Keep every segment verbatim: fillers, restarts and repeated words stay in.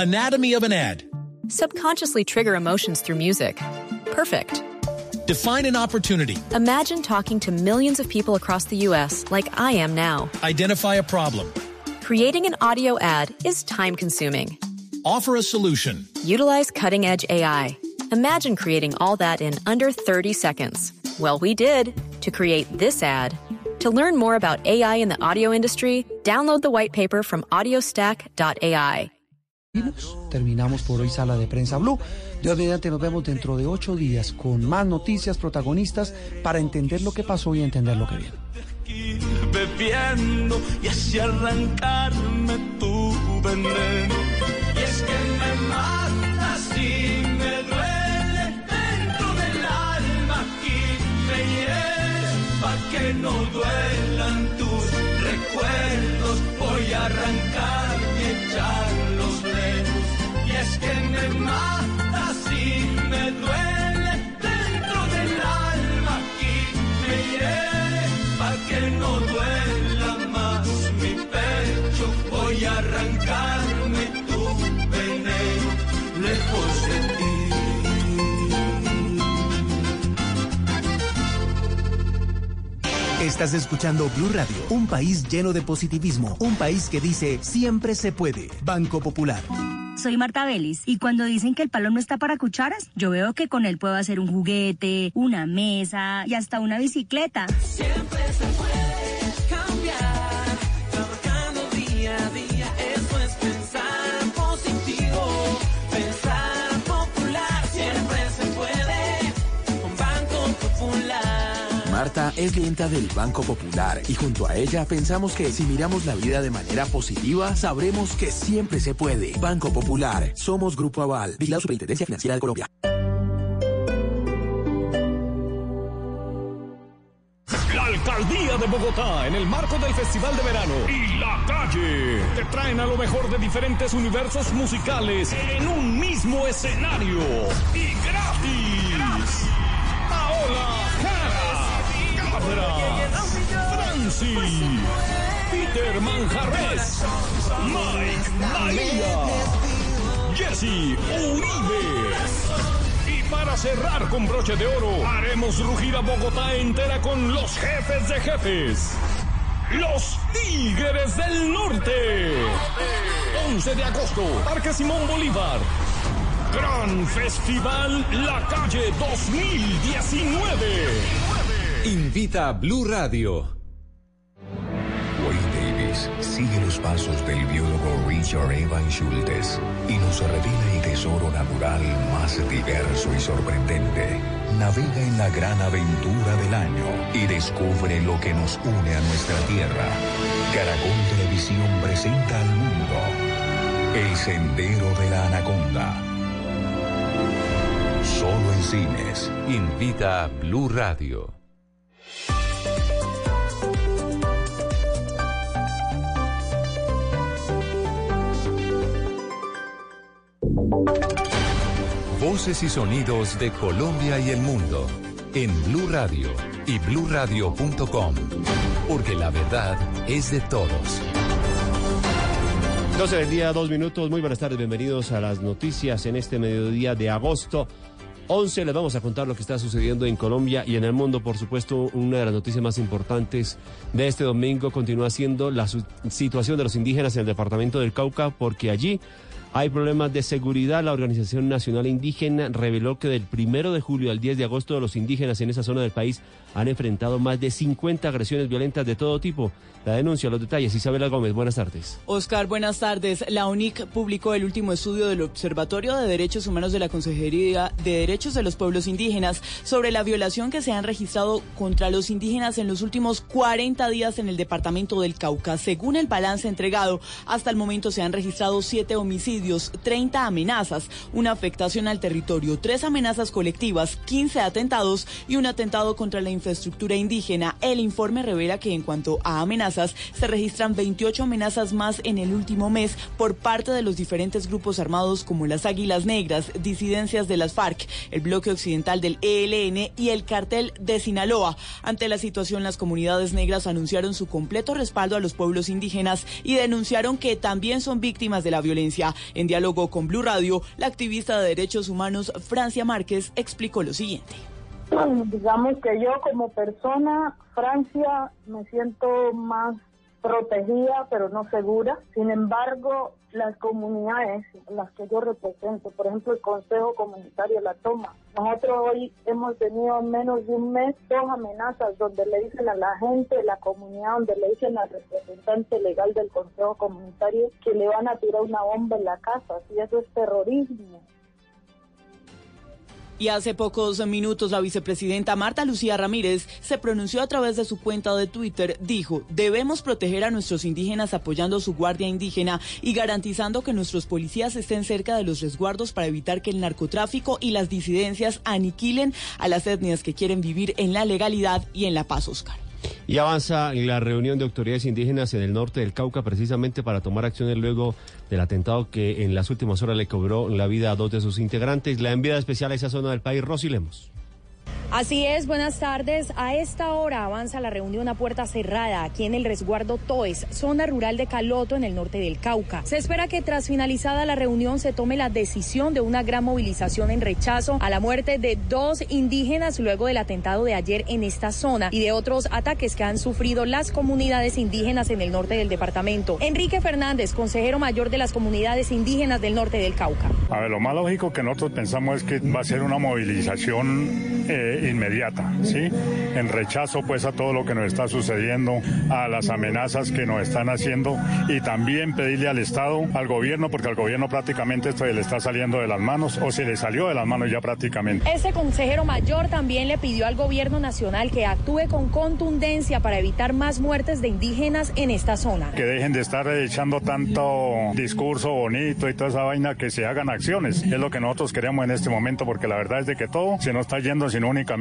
Anatomy of an ad. Subconsciously trigger emotions through music. Perfect. Define an opportunity. Imagine talking to millions of people across the U S like I am now. Identify a problem. Creating an audio ad is time-consuming. Offer a solution. Utilize cutting-edge A I. Imagine creating all that in under thirty seconds. Well, we did to create this ad. To learn more about A I in the audio industry, download the white paper from audiostack dot A I. Terminamos por hoy Sala de Prensa Blue. Dios mediante, nos vemos dentro de ocho días con más noticias, protagonistas, para entender lo que pasó y entender lo que viene. Bebiendo y así arrancarme tu veneno. Y es que me matas y me duele dentro del alma y me hieres pa' que no duelan tus recuerdos. Voy a arrancar y echarlos lejos. Y es que me matas y me duele dentro del alma y me hieres pa' que no duela más mi pecho. Voy a arrancarme tu veneno lejos de ti. Estás escuchando Blue Radio, un país lleno de positivismo, un país que dice siempre se puede. Banco Popular. Soy Marta Vélez y cuando dicen que el palo no está para cucharas, yo veo que con él puedo hacer un juguete, una mesa y hasta una bicicleta. Siempre se puede cambiar, trabajando día a día, eso es pensar positivo, pensar popular, siempre se puede, con Banco Popular. Marta es clienta del Banco Popular y junto a ella pensamos que si miramos la vida de manera positiva, sabremos que siempre se puede. Banco Popular, somos Grupo Aval, vigilado Superintendencia Financiera de Colombia. La Alcaldía de Bogotá, en el marco del Festival de Verano y La Calle, te traen a lo mejor de diferentes universos musicales en un mismo escenario y gratis. Paola Franci, Peter Manjarres, Mike María, Jesse Uribe. Y para cerrar con broche de oro, haremos rugir a Bogotá entera con los jefes de jefes. Los Tigres del Norte. once de agosto, Parque Simón Bolívar. Gran Festival La Calle dos mil diecinueve. Invita a Blue Radio. Wayne Davis sigue los pasos del biólogo Richard Evan Schultes y nos revela el tesoro natural más diverso y sorprendente. Navega en la gran aventura del año y descubre lo que nos une a nuestra tierra. Caracol Televisión presenta al mundo El Sendero de la Anaconda. Solo en cines. Invita a Blue Radio. Voces y sonidos de Colombia y el mundo en Blue Radio y blue radio punto com, porque la verdad es de todos. doce del día, dos minutos. Muy buenas tardes, bienvenidos a las noticias en este mediodía de agosto once. Les vamos a contar lo que está sucediendo en Colombia y en el mundo. Por supuesto, una de las noticias más importantes de este domingo continúa siendo la situación de los indígenas en el departamento del Cauca, porque allí hay problemas de seguridad. La Organización Nacional Indígena reveló que del primero de julio al diez de agosto los indígenas en esa zona del país han enfrentado más de cincuenta agresiones violentas de todo tipo. La denuncia, los detalles, Isabela Gómez, buenas tardes. Oscar, buenas tardes. La U N I C publicó el último estudio del Observatorio de Derechos Humanos de la Consejería de Derechos de los Pueblos Indígenas sobre la violación que se han registrado contra los indígenas en los últimos cuarenta días en el departamento del Cauca. Según el balance entregado, hasta el momento se han registrado siete homicidios, treinta amenazas, una afectación al territorio, tres amenazas colectivas, quince atentados y un atentado contra la infraestructura indígena. El informe revela que en cuanto a amenazas, se registran veintiocho amenazas más en el último mes por parte de los diferentes grupos armados como las Águilas Negras, disidencias de las FARC, el bloque occidental del E L N y el cartel de Sinaloa. Ante la situación, las comunidades negras anunciaron su completo respaldo a los pueblos indígenas y denunciaron que también son víctimas de la violencia. En diálogo con Blue Radio, la activista de derechos humanos Francia Márquez explicó lo siguiente. Digamos que yo como persona, Francia, me siento más protegida, pero no segura. Sin embargo, las comunidades, las que yo represento, por ejemplo, el Consejo Comunitario La Toma, nosotros hoy hemos tenido en menos de un mes dos amenazas donde le dicen a la gente de la comunidad, donde le dicen al representante legal del Consejo Comunitario que le van a tirar una bomba en la casa, y eso es terrorismo. Y hace pocos minutos la vicepresidenta Marta Lucía Ramírez se pronunció a través de su cuenta de Twitter. Dijo, debemos proteger a nuestros indígenas apoyando su guardia indígena y garantizando que nuestros policías estén cerca de los resguardos para evitar que el narcotráfico y las disidencias aniquilen a las etnias que quieren vivir en la legalidad y en la paz, Oscar. Y avanza la reunión de autoridades indígenas en el norte del Cauca precisamente para tomar acciones luego del atentado que en las últimas horas le cobró la vida a dos de sus integrantes. La enviada especial a esa zona del país, Rosy Lemos. Así es, buenas tardes. A esta hora avanza la reunión a puerta cerrada aquí en el resguardo Toes, zona rural de Caloto en el norte del Cauca. Se espera que tras finalizada la reunión se tome la decisión de una gran movilización en rechazo a la muerte de dos indígenas luego del atentado de ayer en esta zona y de otros ataques que han sufrido las comunidades indígenas en el norte del departamento. Enrique Fernández, consejero mayor de las comunidades indígenas del norte del Cauca. A ver, lo más lógico que nosotros pensamos es que va a ser una movilización eh, inmediata, ¿sí? En rechazo pues a todo lo que nos está sucediendo, a las amenazas que nos están haciendo y también pedirle al Estado, al gobierno, porque al gobierno prácticamente esto le está saliendo de las manos o se le salió de las manos ya prácticamente. Este consejero mayor también le pidió al gobierno nacional que actúe con contundencia para evitar más muertes de indígenas en esta zona. Que dejen de estar echando tanto discurso bonito y toda esa vaina, que se hagan acciones. Es lo que nosotros queremos en este momento, porque la verdad es de que todo se nos está yendo sin únicamente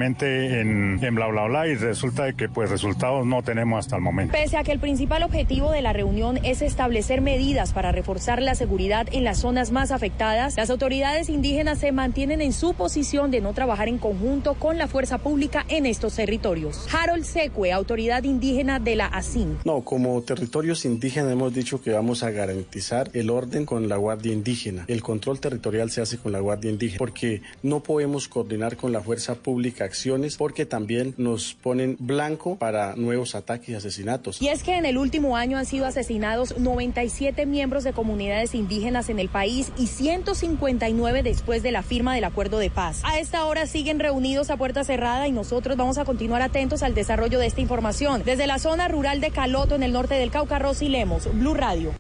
En, en bla bla bla y resulta de que pues resultados no tenemos hasta el momento. Pese a que el principal objetivo de la reunión es establecer medidas para reforzar la seguridad en las zonas más afectadas, las autoridades indígenas se mantienen en su posición de no trabajar en conjunto con la fuerza pública en estos territorios. Harold Secue, autoridad indígena de la ASIN. No, como territorios indígenas hemos dicho que vamos a garantizar el orden con la Guardia Indígena. El control territorial se hace con la Guardia Indígena porque no podemos coordinar con la fuerza pública acciones porque también nos ponen blanco para nuevos ataques y asesinatos. Y es que en el último año han sido asesinados noventa y siete miembros de comunidades indígenas en el país y ciento cincuenta y nueve después de la firma del acuerdo de paz. A esta hora siguen reunidos a puerta cerrada y nosotros vamos a continuar atentos al desarrollo de esta información. Desde la zona rural de Caloto en el norte del Cauca, Rosy Lemos, Blue Radio.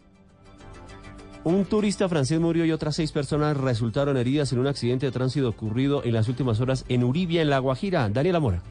Un turista francés murió y otras seis personas resultaron heridas en un accidente de tránsito ocurrido en las últimas horas en Uribia, en La Guajira. Daniela Mora.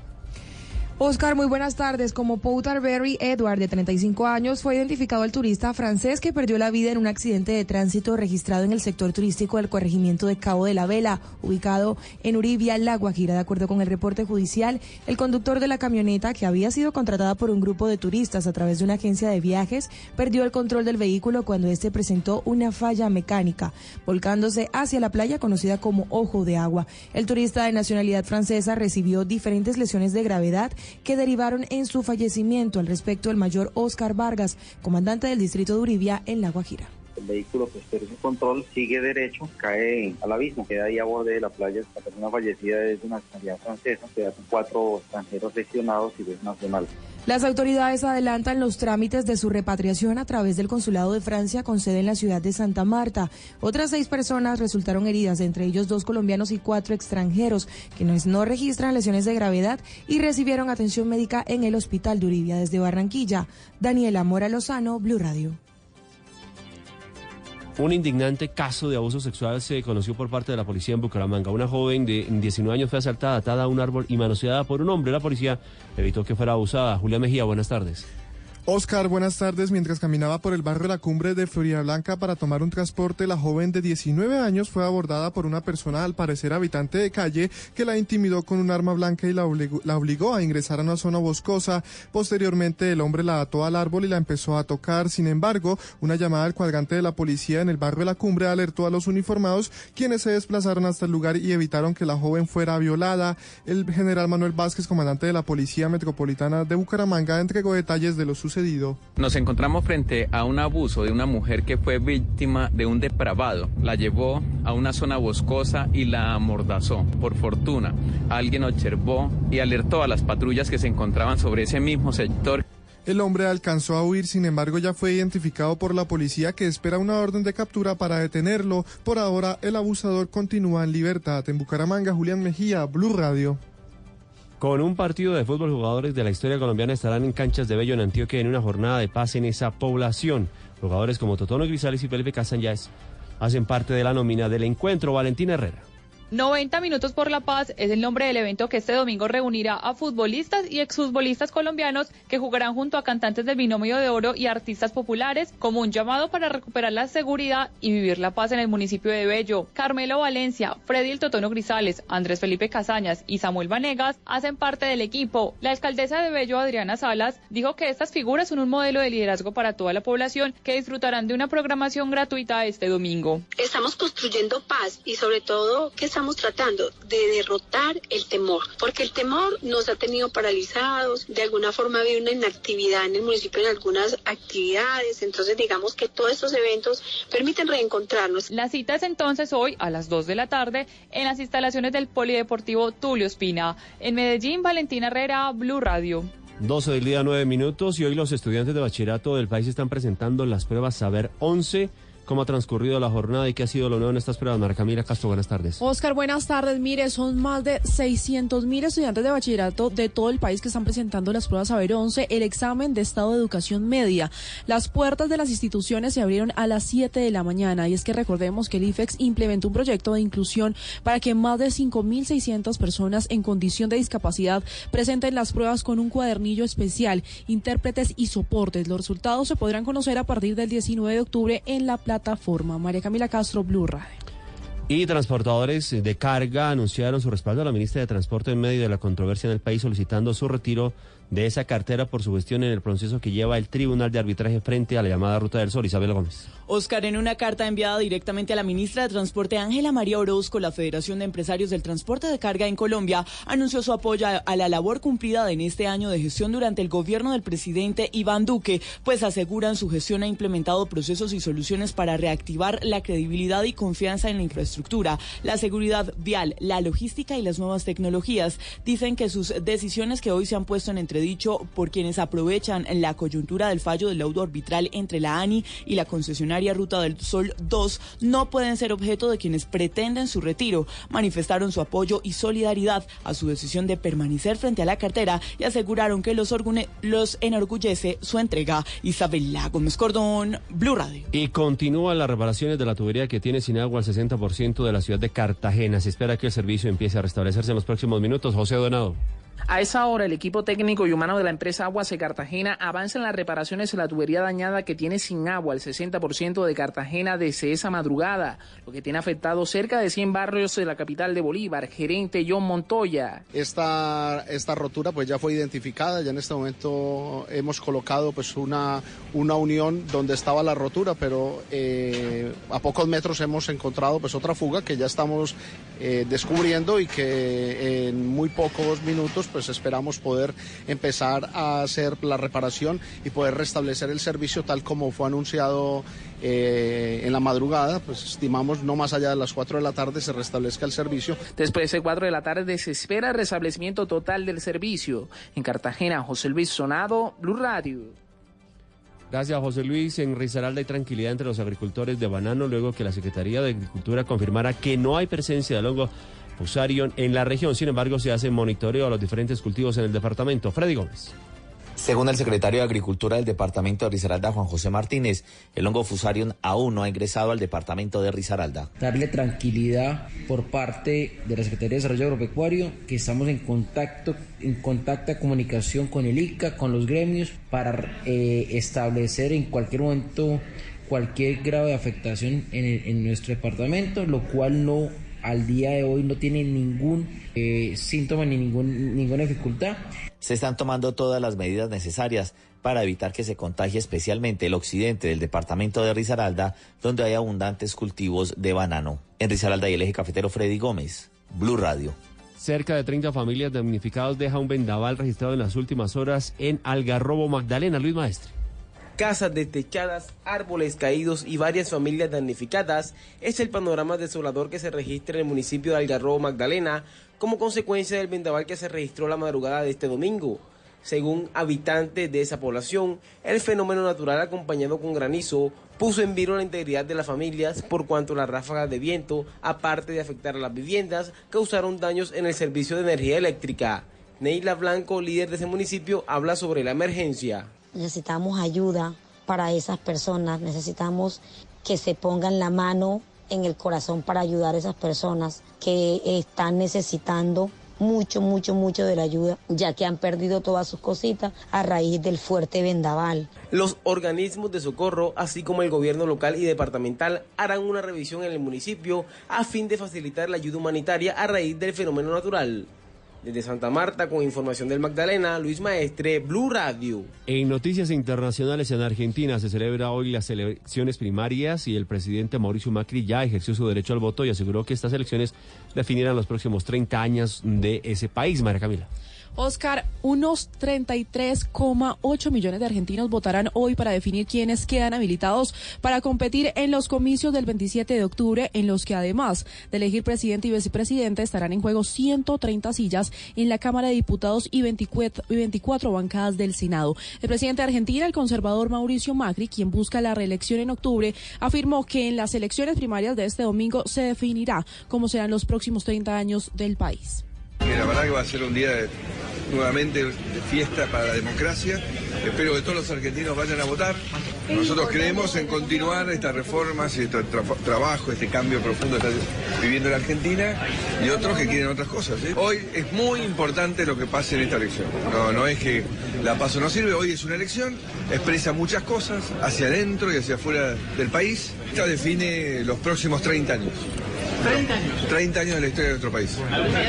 Oscar, muy buenas tardes. Como Poutarberry Edward, de treinta y cinco años, fue identificado el turista francés que perdió la vida en un accidente de tránsito registrado en el sector turístico del corregimiento de Cabo de la Vela, ubicado en Uribia, La Guajira. De acuerdo con el reporte judicial, el conductor de la camioneta, que había sido contratada por un grupo de turistas a través de una agencia de viajes, perdió el control del vehículo cuando este presentó una falla mecánica, volcándose hacia la playa conocida como Ojo de Agua. El turista de nacionalidad francesa recibió diferentes lesiones de gravedad que derivaron en su fallecimiento. Al respecto, el mayor Oscar Vargas, comandante del distrito de Uribia, en La Guajira. El vehículo pues pierde su control, sigue derecho, cae al abismo, queda ahí a borde de la playa. La persona fallecida es de nacionalidad francesa, quedan cuatro extranjeros lesionados y dos nacionales. Las autoridades adelantan los trámites de su repatriación a través del Consulado de Francia con sede en la ciudad de Santa Marta. Otras seis personas resultaron heridas, entre ellos dos colombianos y cuatro extranjeros, quienes no registran lesiones de gravedad y recibieron atención médica en el hospital de Uribia. Desde Barranquilla, Daniela Mora Lozano, Blue Radio. Un indignante caso de abuso sexual se conoció por parte de la policía en Bucaramanga. Una joven de diecinueve años fue asaltada, atada a un árbol y manoseada por un hombre. La policía evitó que fuera abusada. Julia Mejía, buenas tardes. Oscar, buenas tardes. Mientras caminaba por el barrio de la Cumbre de Floridablanca para tomar un transporte, la joven de diecinueve años fue abordada por una persona, al parecer habitante de calle, que la intimidó con un arma blanca y la obligó, la obligó a ingresar a una zona boscosa. Posteriormente, el hombre la ató al árbol y la empezó a tocar. Sin embargo, una llamada al cuadrante de la policía en el barrio de la Cumbre alertó a los uniformados, quienes se desplazaron hasta el lugar y evitaron que la joven fuera violada. El general Manuel Vázquez, comandante de la Policía Metropolitana de Bucaramanga, entregó detalles de lo sucedido sucedido. Nos encontramos frente a un abuso de una mujer que fue víctima de un depravado. La llevó a una zona boscosa y la amordazó. Por fortuna, alguien observó y alertó a las patrullas que se encontraban sobre ese mismo sector. El hombre alcanzó a huir, sin embargo ya fue identificado por la policía, que espera una orden de captura para detenerlo. Por ahora, el abusador continúa en libertad. En Bucaramanga, Julián Mejía, Blue Radio. Con un partido de fútbol, jugadores de la historia colombiana estarán en canchas de Bello, en Antioquia, en una jornada de paz en esa población. Jugadores como Totono Grisales y Felipe Castañez hacen parte de la nómina del encuentro. Valentina Herrera. noventa minutos por la paz es el nombre del evento que este domingo reunirá a futbolistas y exfutbolistas colombianos que jugarán junto a cantantes del Binomio de Oro y artistas populares, como un llamado para recuperar la seguridad y vivir la paz en el municipio de Bello. Carmelo Valencia, Freddy el Totono Grisales, Andrés Felipe Casañas y Samuel Vanegas hacen parte del equipo. La alcaldesa de Bello, Adriana Salas, dijo que estas figuras son un modelo de liderazgo para toda la población, que disfrutarán de una programación gratuita este domingo. Estamos construyendo paz y sobre todo que estamos tratando de derrotar el temor, porque el temor nos ha tenido paralizados, de alguna forma ha habido una inactividad en el municipio en algunas actividades, entonces digamos que todos estos eventos permiten reencontrarnos. La cita es entonces hoy a las dos de la tarde en las instalaciones del Polideportivo Tulio Espina. En Medellín, Valentina Herrera, Blue Radio. doce del día, nueve minutos, y hoy los estudiantes de bachillerato del país están presentando las pruebas Saber once. ¿Cómo ha transcurrido la jornada y qué ha sido lo nuevo en estas pruebas? María Camila Castro, buenas tardes. Oscar, buenas tardes. Mire, son más de seiscientos mil estudiantes de bachillerato de todo el país que están presentando las pruebas Saber once, el examen de estado de educación media. Las puertas de las instituciones se abrieron a las siete de la mañana y es que recordemos que el IFEX implementó un proyecto de inclusión para que más de cinco mil seiscientas personas en condición de discapacidad presenten las pruebas con un cuadernillo especial, intérpretes y soportes. Los resultados se podrán conocer a partir del diecinueve de octubre en la plataforma. María Camila Castro, Blue Radio. Y transportadores de carga anunciaron su respaldo a la ministra de Transporte en medio de la controversia en el país, solicitando su retiro de esa cartera por su gestión en el proceso que lleva el Tribunal de Arbitraje frente a la llamada Ruta del Sol. Isabel Gómez. Oscar, en una carta enviada directamente a la ministra de Transporte, Ángela María Orozco, la Federación de Empresarios del Transporte de Carga en Colombia anunció su apoyo a la labor cumplida en este año de gestión durante el gobierno del presidente Iván Duque, pues aseguran su gestión ha implementado procesos y soluciones para reactivar la credibilidad y confianza en la infraestructura, la seguridad vial, la logística y las nuevas tecnologías. Dicen que sus decisiones que hoy se han puesto en entredicho por quienes aprovechan la coyuntura del fallo del laudo arbitral entre la ANI y la concesionaria Ruta del Sol dos no pueden ser objeto de quienes pretenden su retiro. Manifestaron su apoyo y solidaridad a su decisión de permanecer frente a la cartera y aseguraron que los, orgune- los enorgullece su entrega. Isabela Gómez Cordón, Blue Radio. Y continúan las reparaciones de la tubería que tiene sin agua el sesenta por ciento de la ciudad de Cartagena. Se espera que el servicio empiece a restablecerse en los próximos minutos. José Donado. A esa hora, el equipo técnico y humano de la empresa Aguas de Cartagena avanza en las reparaciones de la tubería dañada que tiene sin agua el sesenta por ciento de Cartagena desde esa madrugada, lo que tiene afectado cerca de cien barrios de la capital de Bolívar. Gerente John Montoya. Esta, esta rotura pues ya fue identificada, ya en este momento hemos colocado pues una, una unión donde estaba la rotura, pero eh, a pocos metros hemos encontrado pues otra fuga que ya estamos eh, descubriendo y que en muy pocos minutos pues esperamos poder empezar a hacer la reparación y poder restablecer el servicio tal como fue anunciado eh, en la madrugada. Pues estimamos no más allá de las cuatro de la tarde se restablezca el servicio. Después de cuatro de la tarde se espera el restablecimiento total del servicio. En Cartagena, José Luis Sonado, Blue Radio. Gracias, José Luis. En Risaralda hay tranquilidad entre los agricultores de banano luego que la Secretaría de Agricultura confirmara que no hay presencia del hongo Fusarium en la región. Sin embargo, se hace monitoreo a los diferentes cultivos en el departamento. Freddy Gómez. Según el secretario de Agricultura del departamento de Risaralda, Juan José Martínez, el hongo Fusarium aún no ha ingresado al departamento de Risaralda. Darle tranquilidad por parte de la Secretaría de Desarrollo Agropecuario, que estamos en contacto, en contacta comunicación con el I C A, con los gremios, para eh, establecer en cualquier momento cualquier grado de afectación en, el, en nuestro departamento, lo cual no al día de hoy no tiene ningún eh, síntoma ni ningún, ninguna dificultad. Se están tomando todas las medidas necesarias para evitar que se contagie especialmente el occidente del departamento de Risaralda, donde hay abundantes cultivos de banano. En Risaralda y el eje cafetero, Freddy Gómez, Blue Radio. Cerca de treinta familias damnificadas deja un vendaval registrado en las últimas horas en Algarrobo, Magdalena. Luis Maestre. Casas detechadas, árboles caídos y varias familias damnificadas es el panorama desolador que se registra en el municipio de Algarrobo, Magdalena, como consecuencia del vendaval que se registró la madrugada de este domingo. Según habitantes de esa población, el fenómeno natural acompañado con granizo puso en vilo la integridad de las familias por cuanto las ráfagas de viento, aparte de afectar a las viviendas, causaron daños en el servicio de energía eléctrica. Neila Blanco, líder de ese municipio, habla sobre la emergencia. Necesitamos ayuda para esas personas, necesitamos que se pongan la mano en el corazón para ayudar a esas personas que están necesitando mucho, mucho, mucho de la ayuda, ya que han perdido todas sus cositas a raíz del fuerte vendaval. Los organismos de socorro, así como el gobierno local y departamental, harán una revisión en el municipio a fin de facilitar la ayuda humanitaria a raíz del fenómeno natural. Desde Santa Marta, con información del Magdalena, Luis Maestre, Blue Radio. En noticias internacionales, en Argentina se celebra hoy las elecciones primarias y el presidente Mauricio Macri ya ejerció su derecho al voto y aseguró que estas elecciones definirán los próximos treinta años de ese país. María Camila. Oscar, unos treinta y tres coma ocho millones de argentinos votarán hoy para definir quiénes quedan habilitados para competir en los comicios del veintisiete de octubre, en los que además de elegir presidente y vicepresidente estarán en juego ciento treinta sillas en la Cámara de Diputados y veinticuatro, veinticuatro bancadas del Senado. El presidente de Argentina, el conservador Mauricio Macri, quien busca la reelección en octubre, afirmó que en las elecciones primarias de este domingo se definirá cómo serán los próximos treinta años del país. La verdad que va a ser un día de, nuevamente de fiesta para la democracia. Espero que todos los argentinos vayan a votar. Nosotros creemos en continuar estas reformas y este tra trabajo, este cambio profundo que está viviendo la Argentina y otros que quieren otras cosas, ¿sí? Hoy es muy importante lo que pase en esta elección. No, no es que la PASO no sirve, hoy es una elección, expresa muchas cosas hacia adentro y hacia afuera del país. Esta define los próximos treinta años. treinta años. treinta años de la historia de nuestro país.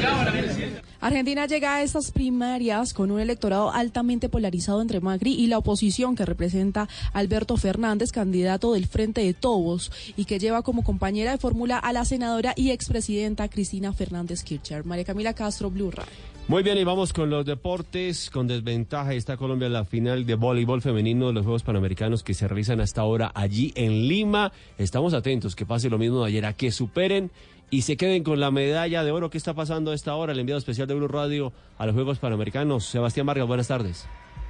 Argentina llega a estas primarias con un electorado altamente polarizado entre Macri y la oposición que representa a Alberto Fernández, candidato del Frente de Todos, y que lleva como compañera de fórmula a la senadora y expresidenta Cristina Fernández Kirchner. María Camila Castro, Blue Radio. Muy bien, y vamos con los deportes. Con desventaja está Colombia en la final de voleibol femenino de los Juegos Panamericanos que se realizan hasta ahora allí en Lima. Estamos atentos que pase lo mismo de ayer, a que superen y se queden con la medalla de oro. ¿Qué está pasando a esta hora? El enviado especial de Blue Radio a los Juegos Panamericanos, Sebastián Vargas, buenas tardes.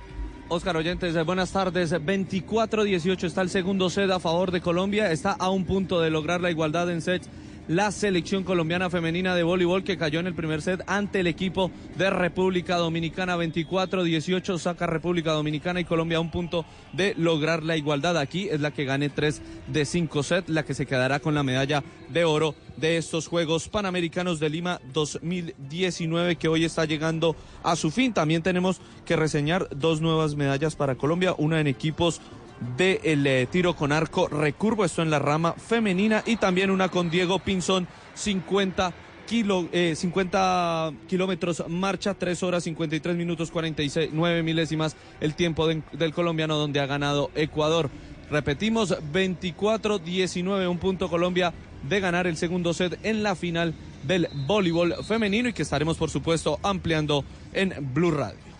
Oscar Oyentes, buenas tardes. veinticuatro dieciocho está el segundo set a favor de Colombia. Está a un punto de lograr la igualdad en sets la selección colombiana femenina de voleibol, que cayó en el primer set ante el equipo de República Dominicana. Veinticuatro dieciocho saca República Dominicana y Colombia a un punto de lograr la igualdad. Aquí es la que gane tres de cinco sets, la que se quedará con la medalla de oro de estos Juegos Panamericanos de Lima dos mil diecinueve, que hoy está llegando a su fin. También tenemos que reseñar dos nuevas medallas para Colombia, una en equipos de el eh, tiro con arco recurvo, esto en la rama femenina, y también una con Diego Pinzón, cincuenta kilo, eh, cincuenta kilómetros marcha, tres horas cincuenta y tres minutos cuarenta y nueve milésimas el tiempo de, del colombiano, donde ha ganado Ecuador. Repetimos, veinticuatro diecinueve, un punto Colombia de ganar el segundo set en la final del voleibol femenino, y que estaremos por supuesto ampliando en Blue Radio.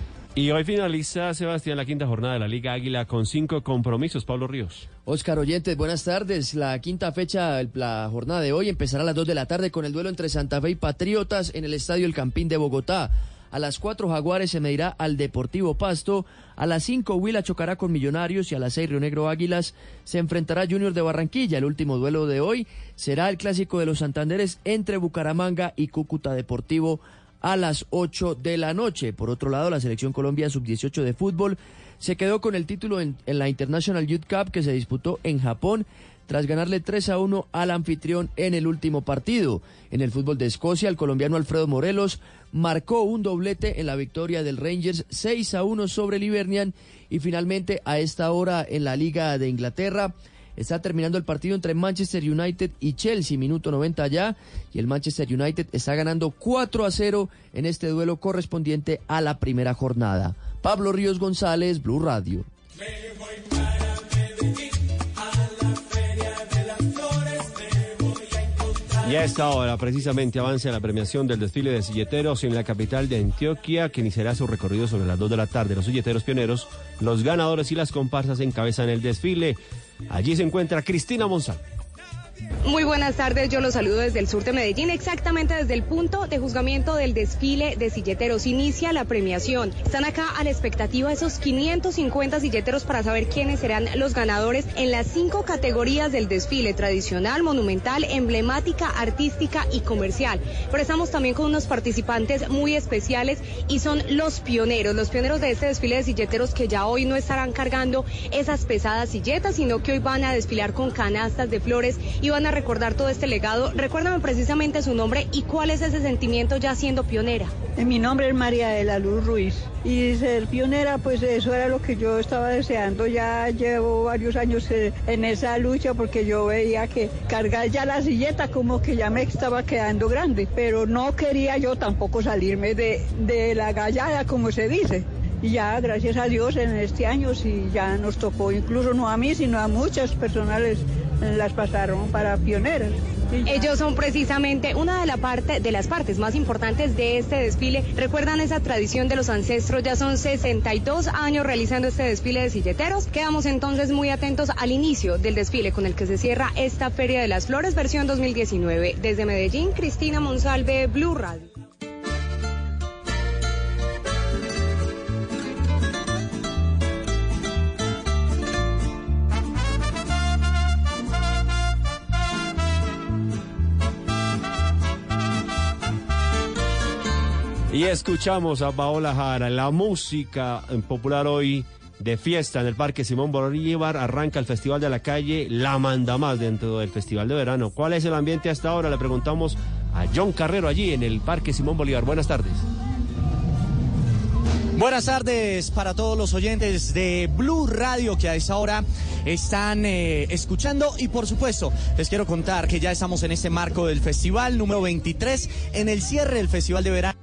Y hoy finaliza, Sebastián, la quinta jornada de la Liga Águila con cinco compromisos. Pablo Ríos. Oscar Oyentes, buenas tardes. La quinta fecha, la jornada de hoy, empezará a las dos de la tarde con el duelo entre Santa Fe y Patriotas en el Estadio El Campín de Bogotá. A las cuatro Jaguares se medirá al Deportivo Pasto. A las cinco Huila chocará con Millonarios y a las seis Río Negro Águilas se enfrentará Junior de Barranquilla. El último duelo de hoy será el clásico de los Santanderes entre Bucaramanga y Cúcuta Deportivo a las ocho de la noche. Por otro lado, la Selección Colombia sub dieciocho de fútbol se quedó con el título en, en la International Youth Cup, que se disputó en Japón, tras ganarle tres a uno al anfitrión en el último partido. En el fútbol de Escocia, el colombiano Alfredo Morelos marcó un doblete en la victoria del Rangers seis a uno sobre el Hibernian. Y finalmente, a esta hora en la Liga de Inglaterra, está terminando el partido entre Manchester United y Chelsea, minuto noventa ya, y el Manchester United está ganando cuatro a cero en este duelo correspondiente a la primera jornada. Pablo Ríos González, Blue Radio. Y a esta hora, precisamente, avanza la premiación del desfile de silleteros en la capital de Antioquia, que iniciará su recorrido sobre las dos de la tarde. Los silleteros pioneros, los ganadores y las comparsas encabezan el desfile. Allí se encuentra Cristina Monzal. Muy buenas tardes, yo los saludo desde el sur de Medellín, exactamente desde el punto de juzgamiento del desfile de silleteros. Inicia la premiación. Están acá a la expectativa esos quinientos cincuenta silleteros para saber quiénes serán los ganadores en las cinco categorías del desfile: tradicional, monumental, emblemática, artística y comercial. Pero estamos también con unos participantes muy especiales y son los pioneros, los pioneros de este desfile de silleteros, que ya hoy no estarán cargando esas pesadas silletas, sino que hoy van a desfilar con canastas de flores y van a recordar todo este legado. Recuérdame precisamente su nombre y cuál es ese sentimiento ya siendo pionera. Mi nombre es María de la Luz Ruiz y ser pionera, pues eso era lo que yo estaba deseando. Ya llevo varios años en esa lucha, porque yo veía que cargar ya la silleta como que ya me estaba quedando grande, pero no quería yo tampoco salirme de, de la gallada, como se dice. Y ya, gracias a Dios, en este año sí ya nos tocó, incluso no a mí, sino a muchas personas les, las pasaron para pioneras. Ellos son precisamente una de, la parte, de las partes más importantes de este desfile. ¿Recuerdan esa tradición de los ancestros? Ya son sesenta y dos años realizando este desfile de silleteros. Quedamos entonces muy atentos al inicio del desfile con el que se cierra esta Feria de las Flores versión dos mil diecinueve. Desde Medellín, Cristina Monsalve, Blue Radio. Y escuchamos a Paola Jara. La música popular hoy de fiesta en el Parque Simón Bolívar. Arranca el Festival de la Calle, la manda más dentro del Festival de Verano. ¿Cuál es el ambiente hasta ahora? Le preguntamos a John Carrero allí en el Parque Simón Bolívar. Buenas tardes. Buenas tardes para todos los oyentes de Blue Radio que a esa hora están eh, escuchando, y por supuesto les quiero contar que ya estamos en este marco del festival número veintitrés, en el cierre del Festival de Verano.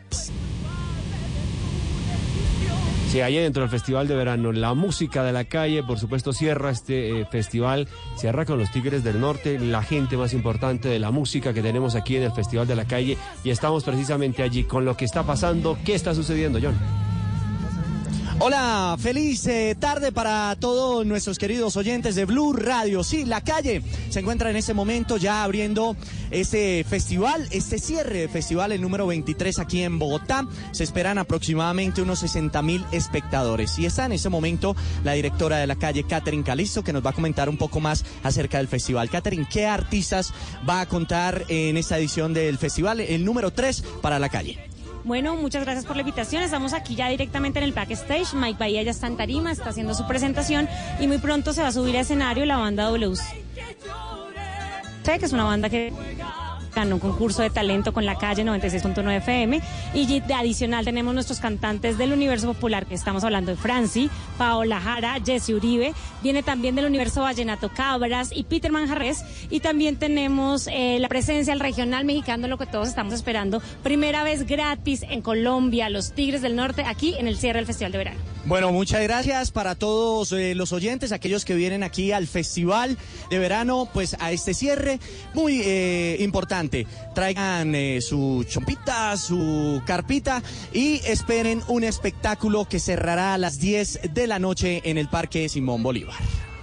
Sí, allí dentro del Festival de Verano, la música de la calle, por supuesto, cierra este eh, festival, cierra con los Tigres del Norte, la gente más importante de la música que tenemos aquí en el Festival de la Calle, y estamos precisamente allí con lo que está pasando. ¿Qué está sucediendo, John? Hola, feliz eh, tarde para todos nuestros queridos oyentes de Blue Radio. Sí, la calle se encuentra en este momento ya abriendo este festival, este cierre de festival, el número veintitrés aquí en Bogotá. Se esperan aproximadamente unos sesenta mil espectadores. Y está en este momento la directora de la calle, Catherine Calisto, que nos va a comentar un poco más acerca del festival. Catherine, ¿qué artistas va a contar en esta edición del festival, el número tres para la calle? Bueno, muchas gracias por la invitación. Estamos aquí ya directamente en el backstage. Mike Bahía ya está en tarima, está haciendo su presentación y muy pronto se va a subir a escenario la banda W C, que es una banda que ganó un concurso de talento con la calle noventa y seis punto nueve F M, y de adicional tenemos nuestros cantantes del universo popular, que estamos hablando de Franci, Paola Jara, Jesse Uribe, viene también del universo vallenato Cabras y Peter Manjarres, y también tenemos eh, la presencia del regional mexicano, lo que todos estamos esperando, primera vez gratis en Colombia, los Tigres del Norte, aquí en el cierre del Festival de Verano. Bueno, muchas gracias para todos eh, los oyentes, aquellos que vienen aquí al Festival de Verano, pues a este cierre muy eh, importante. Traigan eh, su chompita, su carpita y esperen un espectáculo que cerrará a las diez de la noche en el Parque Simón Bolívar.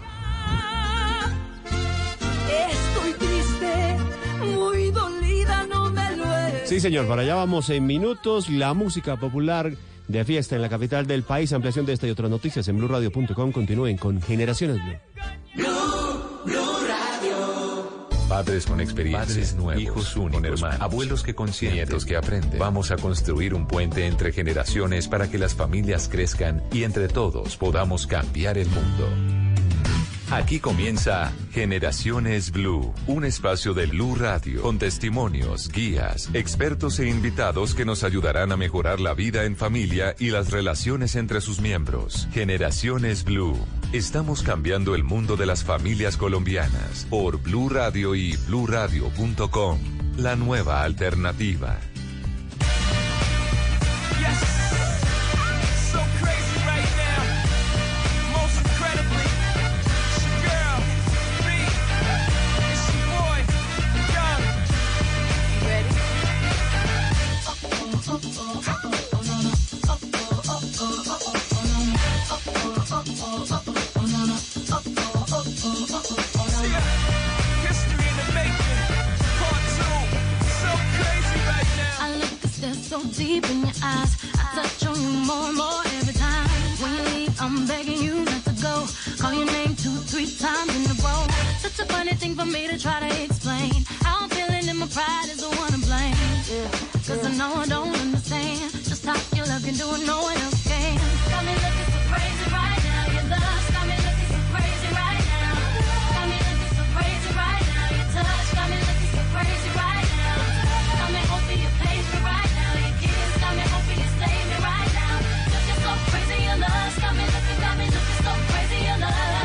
Estoy triste, muy dolida, no me lo he... Sí, señor, para allá vamos en minutos. La música popular de fiesta en la capital del país. Ampliación de esta y otras noticias en blue radio punto com. Continúen con Generaciones Blue. Blue, Blue Radio. Padres con experiencia, padres nuevos, hijos únicos, hermanos, abuelos que consienten, nietos que aprenden. Vamos a construir un puente entre generaciones para que las familias crezcan y entre todos podamos cambiar el mundo. Aquí comienza Generaciones Blue, un espacio de Blue Radio con testimonios, guías, expertos e invitados que nos ayudarán a mejorar la vida en familia y las relaciones entre sus miembros. Generaciones Blue. Estamos cambiando el mundo de las familias colombianas por Blue Radio y blue radio punto com. La nueva alternativa. deep in your eyes. I touch on you more and more every time. When you leave, I'm begging you not to go. Call your name two, three times in a row. Such a funny thing for me to try to explain. How I'm feeling and my pride is the one to blame. Yeah. Cause I know I don't understand just how your love can do it, no one else can. Got me looking so crazy right now. Your love got me looking so crazy right now. Got me looking so crazy right now. Your touch got me looking so crazy right now. Got me hoping you page me right now. Your kiss got me hoping you save me right now. Looking so crazy, your love got me looking, got me looking so crazy, your love.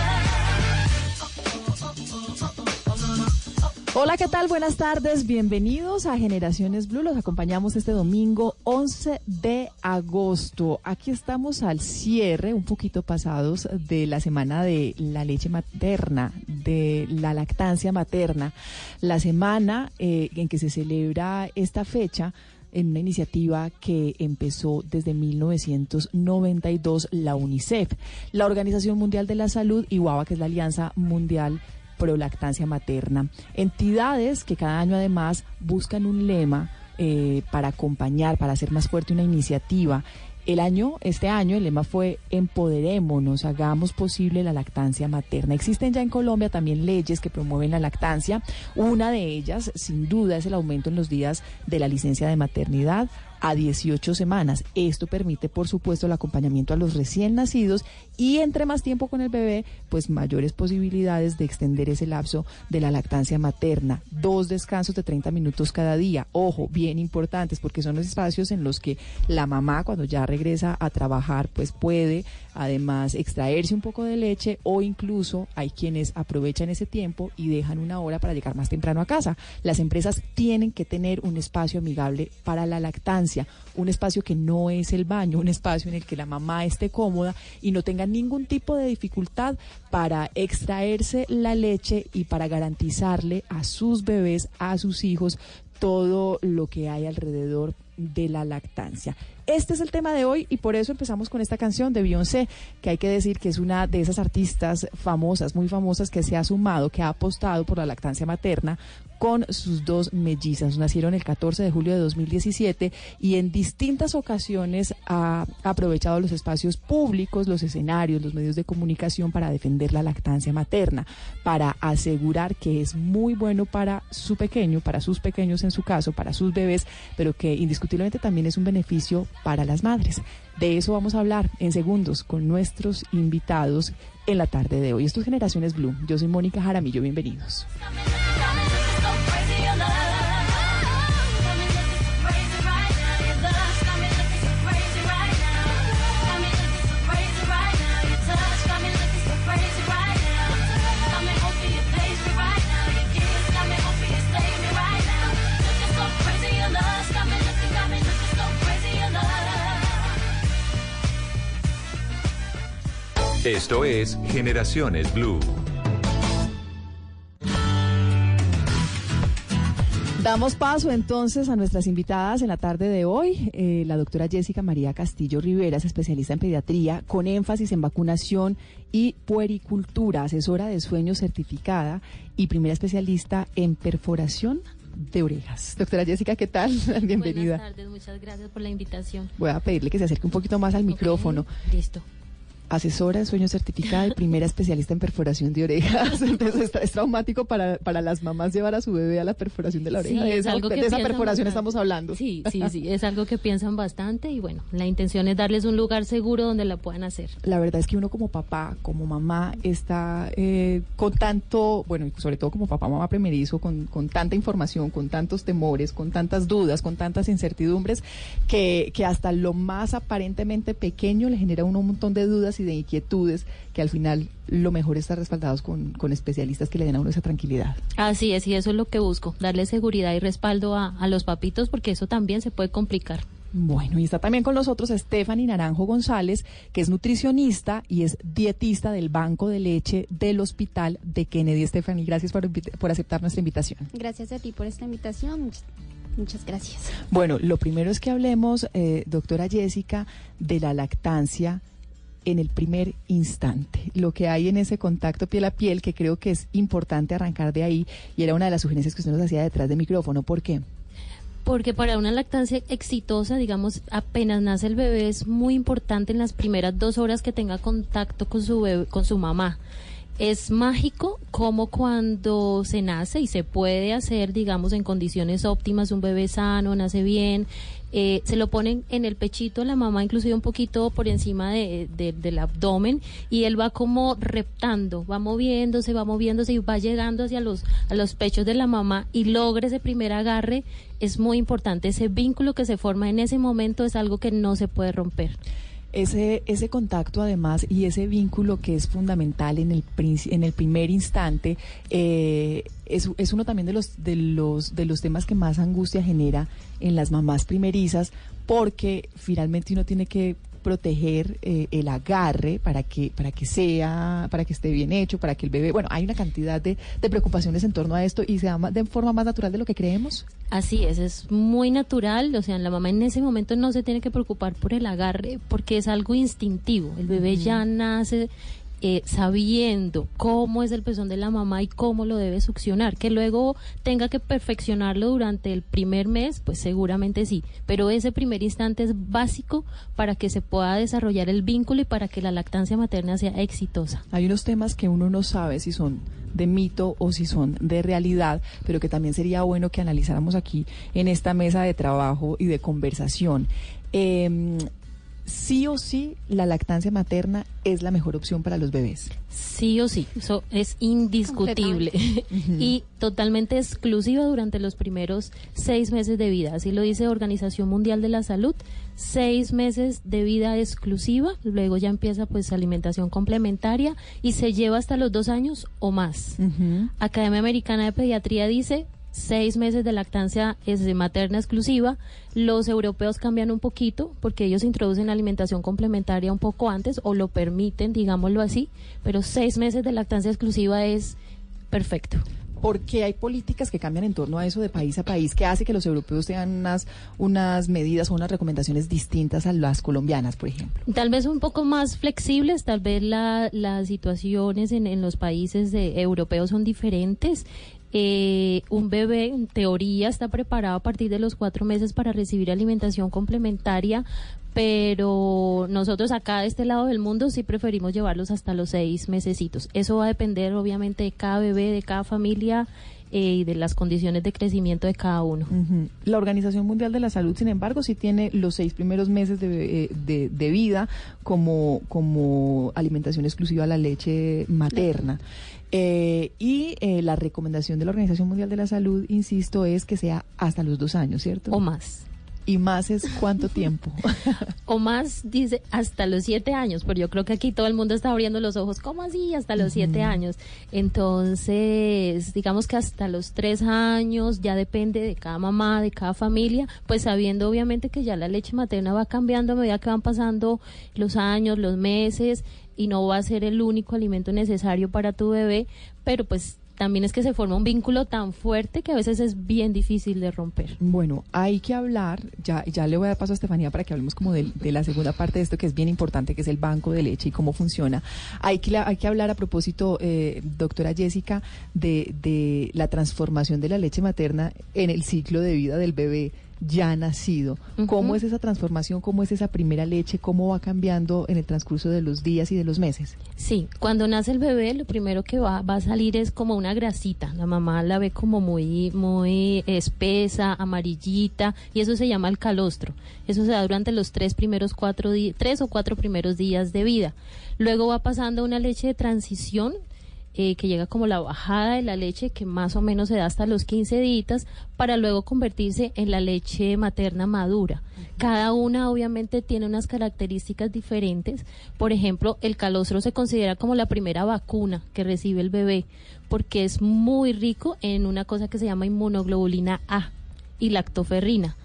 Hola, ¿qué tal? Buenas tardes, bienvenidos a Generaciones Blue. Los acompañamos este domingo once de agosto. Aquí estamos al cierre, un poquito pasados, de la semana de la leche materna, de la lactancia materna. La semana eh, en que se celebra esta fecha en una iniciativa que empezó desde mil novecientos noventa y dos la UNICEF, la Organización Mundial de la Salud y UAVA, que es la Alianza Mundial Pro Lactancia Materna. Entidades que cada año además buscan un lema eh, para acompañar, para hacer más fuerte una iniciativa. El año, este año, el lema fue empoderémonos, hagamos posible la lactancia materna. Existen ya en Colombia también leyes que promueven la lactancia. Una de ellas, sin duda, es el aumento en los días de la licencia de maternidad a dieciocho semanas. Esto permite, por supuesto, el acompañamiento a los recién nacidos y entre más tiempo con el bebé, pues mayores posibilidades de extender ese lapso de la lactancia materna. Dos descansos de treinta minutos cada día. Ojo, bien importantes, porque son los espacios en los que la mamá, cuando ya regresa a trabajar, pues puede además extraerse un poco de leche, o incluso hay quienes aprovechan ese tiempo y dejan una hora para llegar más temprano a casa. Las empresas tienen que tener un espacio amigable para la lactancia, un espacio que no es el baño, un espacio en el que la mamá esté cómoda y no tenga ningún tipo de dificultad para extraerse la leche y para garantizarle a sus bebés, a sus hijos, todo lo que hay alrededor de la lactancia. Este es el tema de hoy y por eso empezamos con esta canción de Beyoncé, que hay que decir que es una de esas artistas famosas, muy famosas, que se ha sumado, que ha apostado por la lactancia materna con sus dos mellizas. Nacieron el catorce de julio de dos mil diecisiete y en distintas ocasiones ha aprovechado los espacios públicos, los escenarios, los medios de comunicación para defender la lactancia materna, para asegurar que es muy bueno para su pequeño, para sus pequeños en su caso, para sus bebés, pero que indiscutiblemente también es un beneficio para las madres. De eso vamos a hablar en segundos con nuestros invitados en la tarde de hoy. Esto es Generaciones Blue. Yo soy Mónica Jaramillo, bienvenidos. Esto es Generaciones Blue. Damos paso entonces a nuestras invitadas en la tarde de hoy. Eh, la doctora Jessica María Castillo Rivera es especialista en pediatría con énfasis en vacunación y puericultura, asesora de sueño certificada y primera especialista en perforación de orejas. Doctora Jessica, ¿qué tal? Bienvenida. Buenas tardes, muchas gracias por la invitación. Voy a pedirle que se acerque un poquito más al okay, micrófono. Listo. Asesora de sueño certificada y primera especialista en perforación de orejas. Entonces es, es traumático para, para las mamás llevar a su bebé a la perforación de la oreja. Sí, de es esa, algo que de esa perforación bastante. Estamos hablando. Sí, sí, sí, es algo que piensan bastante y bueno, la intención es darles un lugar seguro donde la puedan hacer. La verdad es que uno como papá, como mamá, está eh, con tanto, bueno, sobre todo como papá, mamá primerizo, con, con tanta información, con tantos temores, con tantas dudas, con tantas incertidumbres, que, que hasta lo más aparentemente pequeño le genera uno un montón de dudas y de inquietudes, que al final lo mejor es estar respaldados con, con especialistas que le den a uno esa tranquilidad. Así es, y eso es lo que busco, darle seguridad y respaldo a, a los papitos, porque eso también se puede complicar. Bueno, y está también con nosotros Stephanie Naranjo González, que es nutricionista y es dietista del Banco de Leche del Hospital de Kennedy. Stephanie, gracias por, por aceptar nuestra invitación. Gracias a ti por esta invitación. Muchas gracias. Bueno, lo primero es que hablemos, eh, doctora Jessica, de la lactancia en el primer instante, lo que hay en ese contacto piel a piel, que creo que es importante arrancar de ahí, y era una de las sugerencias que usted nos hacía detrás de micrófono. ¿Por qué? Porque para una lactancia exitosa, digamos, apenas nace el bebé, es muy importante en las primeras dos horas que tenga contacto con su bebé, con su mamá. Es mágico como cuando se nace y se puede hacer, digamos, en condiciones óptimas, un bebé sano, nace bien, eh, se lo ponen en el pechito a la mamá, inclusive un poquito por encima de, de, del abdomen, y él va como reptando, va moviéndose, va moviéndose y va llegando hacia los, a los pechos de la mamá y logra ese primer agarre. Es muy importante, ese vínculo que se forma en ese momento es algo que no se puede romper. Ese, ese contacto además y ese vínculo que es fundamental en el en el primer instante eh, es, es uno también de los de los de los temas que más angustia genera en las mamás primerizas, porque finalmente uno tiene que proteger eh, el agarre para que para que sea para que esté bien hecho, para que el bebé, bueno, hay una cantidad de, de preocupaciones en torno a esto y se da de forma más natural de lo que creemos. Así es, es muy natural, o sea, la mamá en ese momento no se tiene que preocupar por el agarre porque es algo instintivo, el bebé uh-huh. ya nace eh, sabiendo cómo es el pezón de la mamá y cómo lo debe succionar, que luego tenga que perfeccionarlo durante el primer mes, pues seguramente sí, pero ese primer instante es básico para que se pueda desarrollar el vínculo y para que la lactancia materna sea exitosa. Hay unos temas que uno no sabe si son de mito o si son de realidad, pero que también sería bueno que analizáramos aquí en esta mesa de trabajo y de conversación. Eh, sí o sí, la lactancia materna es la mejor opción para los bebés. Sí o sí, eso es indiscutible uh-huh. y totalmente exclusiva durante los primeros seis meses de vida. Así lo dice Organización Mundial de la Salud, seis meses de vida exclusiva, luego ya empieza pues alimentación complementaria y se lleva hasta los dos años o más. Uh-huh. Academia Americana de Pediatría dice seis meses de lactancia es de materna exclusiva. Los europeos cambian un poquito porque ellos introducen alimentación complementaria un poco antes o lo permiten, digámoslo así, pero seis meses de lactancia exclusiva es perfecto. Porque hay políticas que cambian en torno a eso de país a país, que hace que los europeos tengan unas, unas medidas o unas recomendaciones distintas a las colombianas, por ejemplo. Tal vez un poco más flexibles, tal vez la, las situaciones en, en los países de, europeos son diferentes. Eh, un bebé, en teoría, está preparado a partir de los cuatro meses para recibir alimentación complementaria, pero nosotros acá de este lado del mundo sí preferimos llevarlos hasta los seis mesecitos. Eso va a depender, obviamente, de cada bebé, de cada familia eh, y de las condiciones de crecimiento de cada uno. Uh-huh. La Organización Mundial de la Salud, sin embargo, sí tiene los seis primeros meses de, de, de vida como, como alimentación exclusiva a la leche materna. Eh, y eh, la recomendación de la Organización Mundial de la Salud, insisto, es que sea hasta los dos años, ¿cierto? O más. ¿Y más es cuánto tiempo? O más dice hasta los siete años, pero yo creo que aquí todo el mundo está abriendo los ojos. ¿Cómo así? Hasta los uh-huh. siete años. Entonces, digamos que hasta los tres años, ya depende de cada mamá, de cada familia, pues sabiendo obviamente que ya la leche materna va cambiando a medida que van pasando los años, los meses, y no va a ser el único alimento necesario para tu bebé, pero pues también es que se forma un vínculo tan fuerte que a veces es bien difícil de romper. Bueno, hay que hablar, ya ya le voy a dar paso a Estefanía para que hablemos como de, de la segunda parte de esto que es bien importante, que es el banco de leche y cómo funciona. Hay que, hay que hablar a propósito, eh, doctora Jessica, de, de la transformación de la leche materna en el ciclo de vida del bebé ya nacido. ¿Cómo uh-huh. es esa transformación? ¿Cómo es esa primera leche? ¿Cómo va cambiando en el transcurso de los días y de los meses? Sí, cuando nace el bebé, lo primero que va, va a salir es como una grasita. La mamá la ve como muy, muy espesa, amarillita, y eso se llama el calostro. Eso se da durante los tres primeros cuatro días, tres o cuatro primeros días de vida. Luego va pasando a una leche de transición, Eh, que llega como la bajada de la leche, que más o menos se da hasta los quince días, para luego convertirse en la leche materna madura. Cada una obviamente tiene unas características diferentes. Por ejemplo, el calostro se considera como la primera vacuna que recibe el bebé, porque es muy rico en una cosa que se llama inmunoglobulina A y lactoferrina.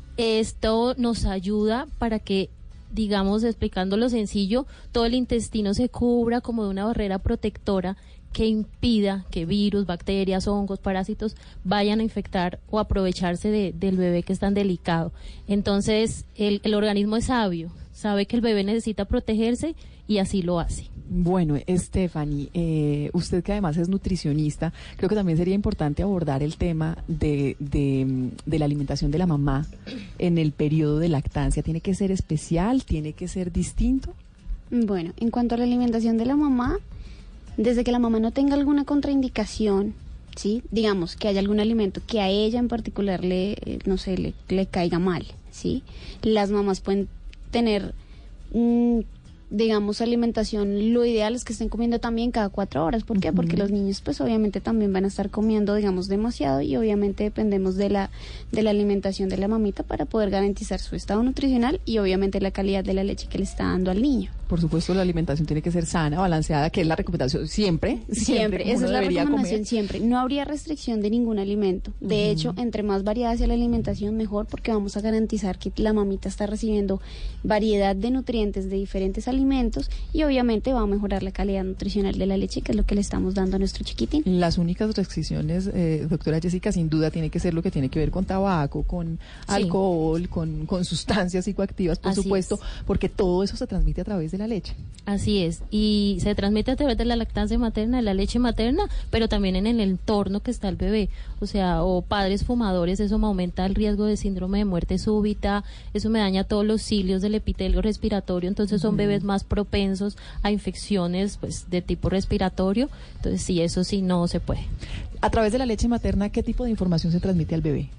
Esto nos ayuda para que, digamos, explicándolo sencillo, todo el intestino se cubra como de una barrera protectora que impida que virus, bacterias, hongos, parásitos vayan a infectar o aprovecharse de, del bebé que es tan delicado. Entonces, el, el organismo es sabio, sabe que el bebé necesita protegerse y así lo hace. Bueno, Stephanie, eh, usted que además es nutricionista, creo que también sería importante abordar el tema de, de, de la alimentación de la mamá en el periodo de lactancia. ¿Tiene que ser especial? ¿Tiene que ser distinto? Bueno, en cuanto a la alimentación de la mamá, desde que la mamá no tenga alguna contraindicación, ¿sí? Digamos que haya algún alimento que a ella en particular le, no sé, le, le caiga mal, ¿sí? Las mamás pueden tener un... digamos, alimentación, lo ideal es que estén comiendo también cada cuatro horas. ¿Por qué? Uh-huh. Porque los niños, pues, obviamente también van a estar comiendo, digamos, demasiado y obviamente dependemos de la de la alimentación de la mamita para poder garantizar su estado nutricional y obviamente la calidad de la leche que le está dando al niño. Por supuesto, la alimentación tiene que ser sana, balanceada, que es la recomendación siempre. Siempre, siempre esa es la recomendación comer. siempre. No habría restricción de ningún alimento. De uh-huh. hecho, entre más variada sea la alimentación, mejor, porque vamos a garantizar que la mamita está recibiendo variedad de nutrientes de diferentes alimentos y obviamente va a mejorar la calidad nutricional de la leche, que es lo que le estamos dando a nuestro chiquitín. Las únicas restricciones, eh, doctora Jessica, sin duda tiene que ser lo que tiene que ver con tabaco, con sí. alcohol, con, con sustancias psicoactivas, por Así supuesto, es. porque todo eso se transmite a través de la leche. Así es, y se transmite a través de la lactancia materna, de la leche materna, pero también en el entorno que está el bebé, o sea, o padres fumadores, eso me aumenta el riesgo de síndrome de muerte súbita, eso me daña todos los cilios del epitelio respiratorio, entonces son uh-huh. bebés más propensos a infecciones pues de tipo respiratorio, entonces sí, eso sí no se puede. A través de la leche materna, ¿qué tipo de información se transmite al bebé?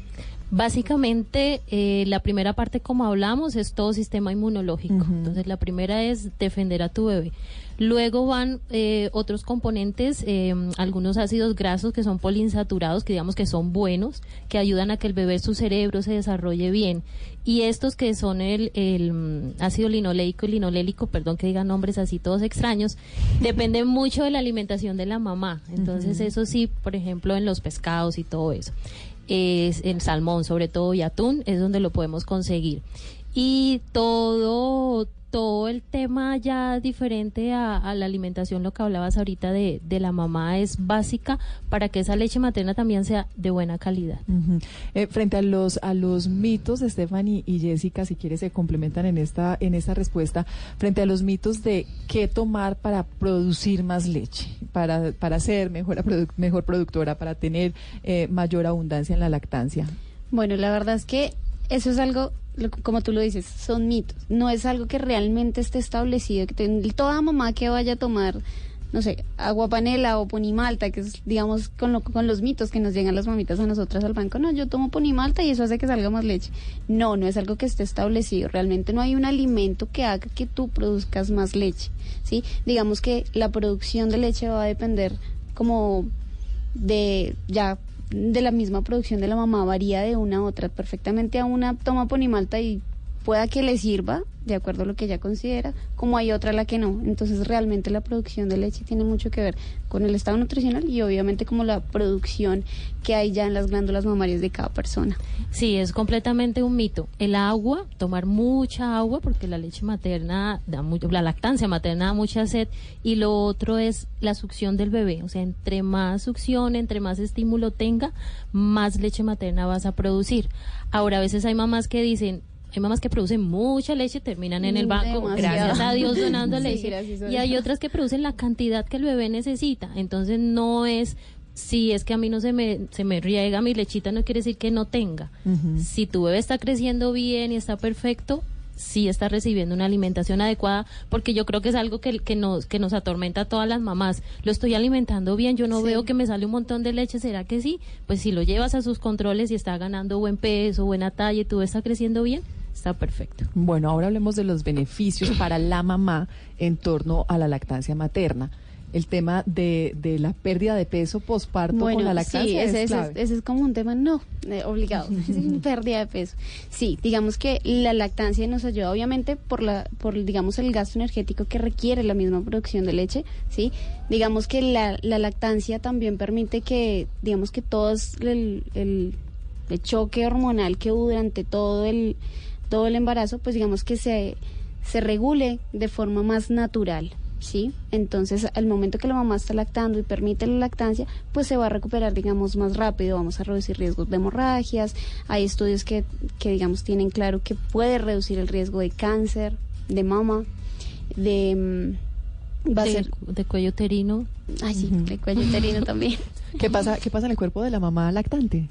Básicamente, eh, la primera parte, como hablamos, es todo sistema inmunológico. Uh-huh. Entonces, la primera es defender a tu bebé. Luego van eh, otros componentes, eh, algunos ácidos grasos que son poliinsaturados, que digamos que son buenos, que ayudan a que el bebé, su cerebro se desarrolle bien. Y estos que son el, el ácido linoleico y linolélico, perdón que digan nombres así todos extraños, dependen mucho de la alimentación de la mamá. Entonces, uh-huh. eso sí, por ejemplo, en los pescados y todo eso. Es el salmón, sobre todo, y atún, es donde lo podemos conseguir. Y todo todo el tema ya diferente a, a la alimentación, lo que hablabas ahorita de, de la mamá, es básica para que esa leche materna también sea de buena calidad. Uh-huh. Eh, frente a los a los mitos, Stephanie y Jessica, si quieres se complementan en esta en esta respuesta, frente a los mitos de qué tomar para producir más leche, para para ser mejor produ- mejor productora, para tener eh, mayor abundancia en la lactancia. Bueno, la verdad es que eso es algo, como tú lo dices, son mitos. No es algo que realmente esté establecido, que ten, toda mamá que vaya a tomar, no sé, agua panela o ponimalta, que es, digamos, con, lo, con los mitos que nos llegan las mamitas a nosotras al banco. No, yo tomo ponimalta y eso hace que salga más leche. No, no es algo que esté establecido. Realmente no hay un alimento que haga que tú produzcas más leche, ¿sí? Digamos que la producción de leche va a depender como de ya... de la misma producción de la mamá, varía de una a otra. Perfectamente a una toma ponimalta y pueda que le sirva, de acuerdo a lo que ella considera, como hay otra a la que no. Entonces realmente la producción de leche tiene mucho que ver con el estado nutricional y obviamente como la producción que hay ya en las glándulas mamarias de cada persona. Sí, es completamente un mito. El agua, tomar mucha agua, porque la leche materna da mucho, la lactancia materna da mucha sed, y lo otro es la succión del bebé. O sea, entre más succión, entre más estímulo tenga, más leche materna vas a producir. Ahora, a veces hay mamás que dicen, hay mamás que producen mucha leche y terminan en el banco, demasiado. Gracias a Dios, donando sí, leche. Y hay otras que producen la cantidad que el bebé necesita. Entonces no es, si es que a mí no se me se me riega mi lechita, no quiere decir que no tenga. Uh-huh. Si tu bebé está creciendo bien y está perfecto, sí está recibiendo una alimentación adecuada, porque yo creo que es algo que, que nos que nos atormenta a todas las mamás. Lo estoy alimentando bien, yo no sí. veo que me sale un montón de leche, ¿será que sí? Pues si lo llevas a sus controles y está ganando buen peso, buena talla y tu bebé está creciendo bien, está perfecto. Bueno, ahora hablemos de los beneficios para la mamá en torno a la lactancia materna. El tema de, de la pérdida de peso posparto bueno, con la lactancia sí, ese, es clave. Ese, ese es como un tema, no, eh, obligado, pérdida de peso. Sí, digamos que la lactancia nos ayuda obviamente por, la, por digamos, el gasto energético que requiere la misma producción de leche, ¿sí? Digamos que la, la lactancia también permite que, digamos que todo el, el, el choque hormonal que hubo durante todo el, todo el embarazo, pues digamos que se, se regule de forma más natural. ¿sí? Entonces, al momento que la mamá está lactando y permite la lactancia, pues se va a recuperar, digamos, más rápido, vamos a reducir riesgos de hemorragias, hay estudios que, que digamos, tienen claro que puede reducir el riesgo de cáncer de mama, de... Va a de, ser de cuello uterino. Ay, sí, uh-huh. de cuello uterino también. ¿Qué pasa, qué pasa en el cuerpo de la mamá lactante?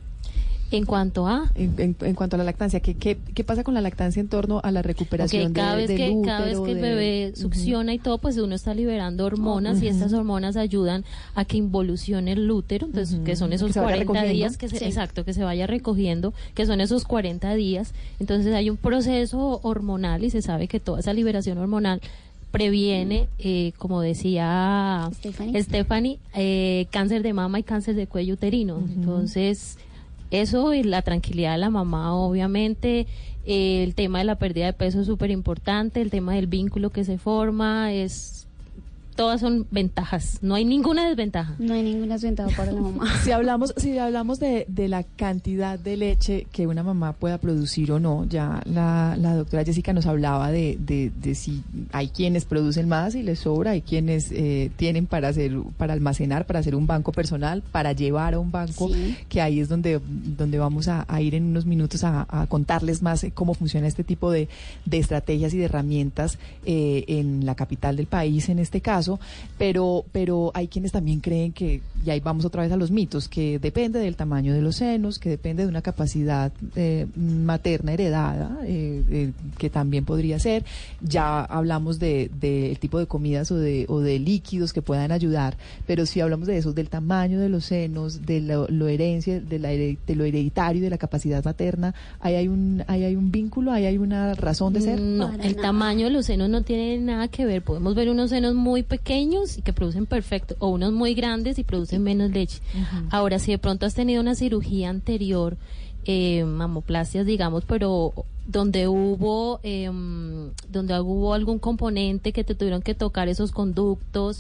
En cuanto a en, en, en cuanto a la lactancia, ¿qué, qué, qué pasa con la lactancia en torno a la recuperación okay, cada de, vez del que, útero? Cada vez que el de... bebé succiona uh-huh. y todo, pues uno está liberando hormonas uh-huh. y estas hormonas ayudan a que involucione el útero, entonces uh-huh. que son esos que cuarenta días que se, sí. exacto, que se vaya recogiendo, que son esos cuarenta días. Entonces hay un proceso hormonal y se sabe que toda esa liberación hormonal previene, eh, como decía Stephanie, Stephanie eh, cáncer de mama y cáncer de cuello uterino. Uh-huh. Entonces, eso y la tranquilidad de la mamá, obviamente, eh, el tema de la pérdida de peso es súper importante, el tema del vínculo que se forma, es todas son ventajas, no hay ninguna desventaja. No hay ninguna desventaja para la mamá. Si hablamos, si hablamos de, de la cantidad de leche que una mamá pueda producir o no, ya la, la doctora Jessica nos hablaba de, de, de si hay quienes producen más y les sobra, hay quienes eh, tienen para hacer, para almacenar, para hacer un banco personal, para llevar a un banco, sí. que ahí es donde, donde vamos a, a ir en unos minutos a, a contarles más cómo funciona este tipo de, de estrategias y de herramientas eh, en la capital del país, en este caso. Pero, pero hay quienes también creen que, y ahí vamos otra vez a los mitos, que depende del tamaño de los senos, que depende de una capacidad eh, materna heredada, eh, eh, que también podría ser. Ya hablamos de, de el tipo de comidas o de, o de líquidos que puedan ayudar, pero si hablamos de eso, del tamaño de los senos, de lo, lo herencia, de, la, de lo hereditario, de la capacidad materna, ahí hay un, ahí hay un vínculo, ahí hay una razón de ser. No, Para el nada. tamaño de los senos no tiene nada que ver. Podemos ver unos senos muy pequeños y que producen perfecto, o unos muy grandes y producen menos leche. Uh-huh. Ahora, si de pronto has tenido una cirugía anterior, eh, mamoplastias, digamos, pero donde hubo eh, donde hubo algún componente que te tuvieron que tocar esos conductos,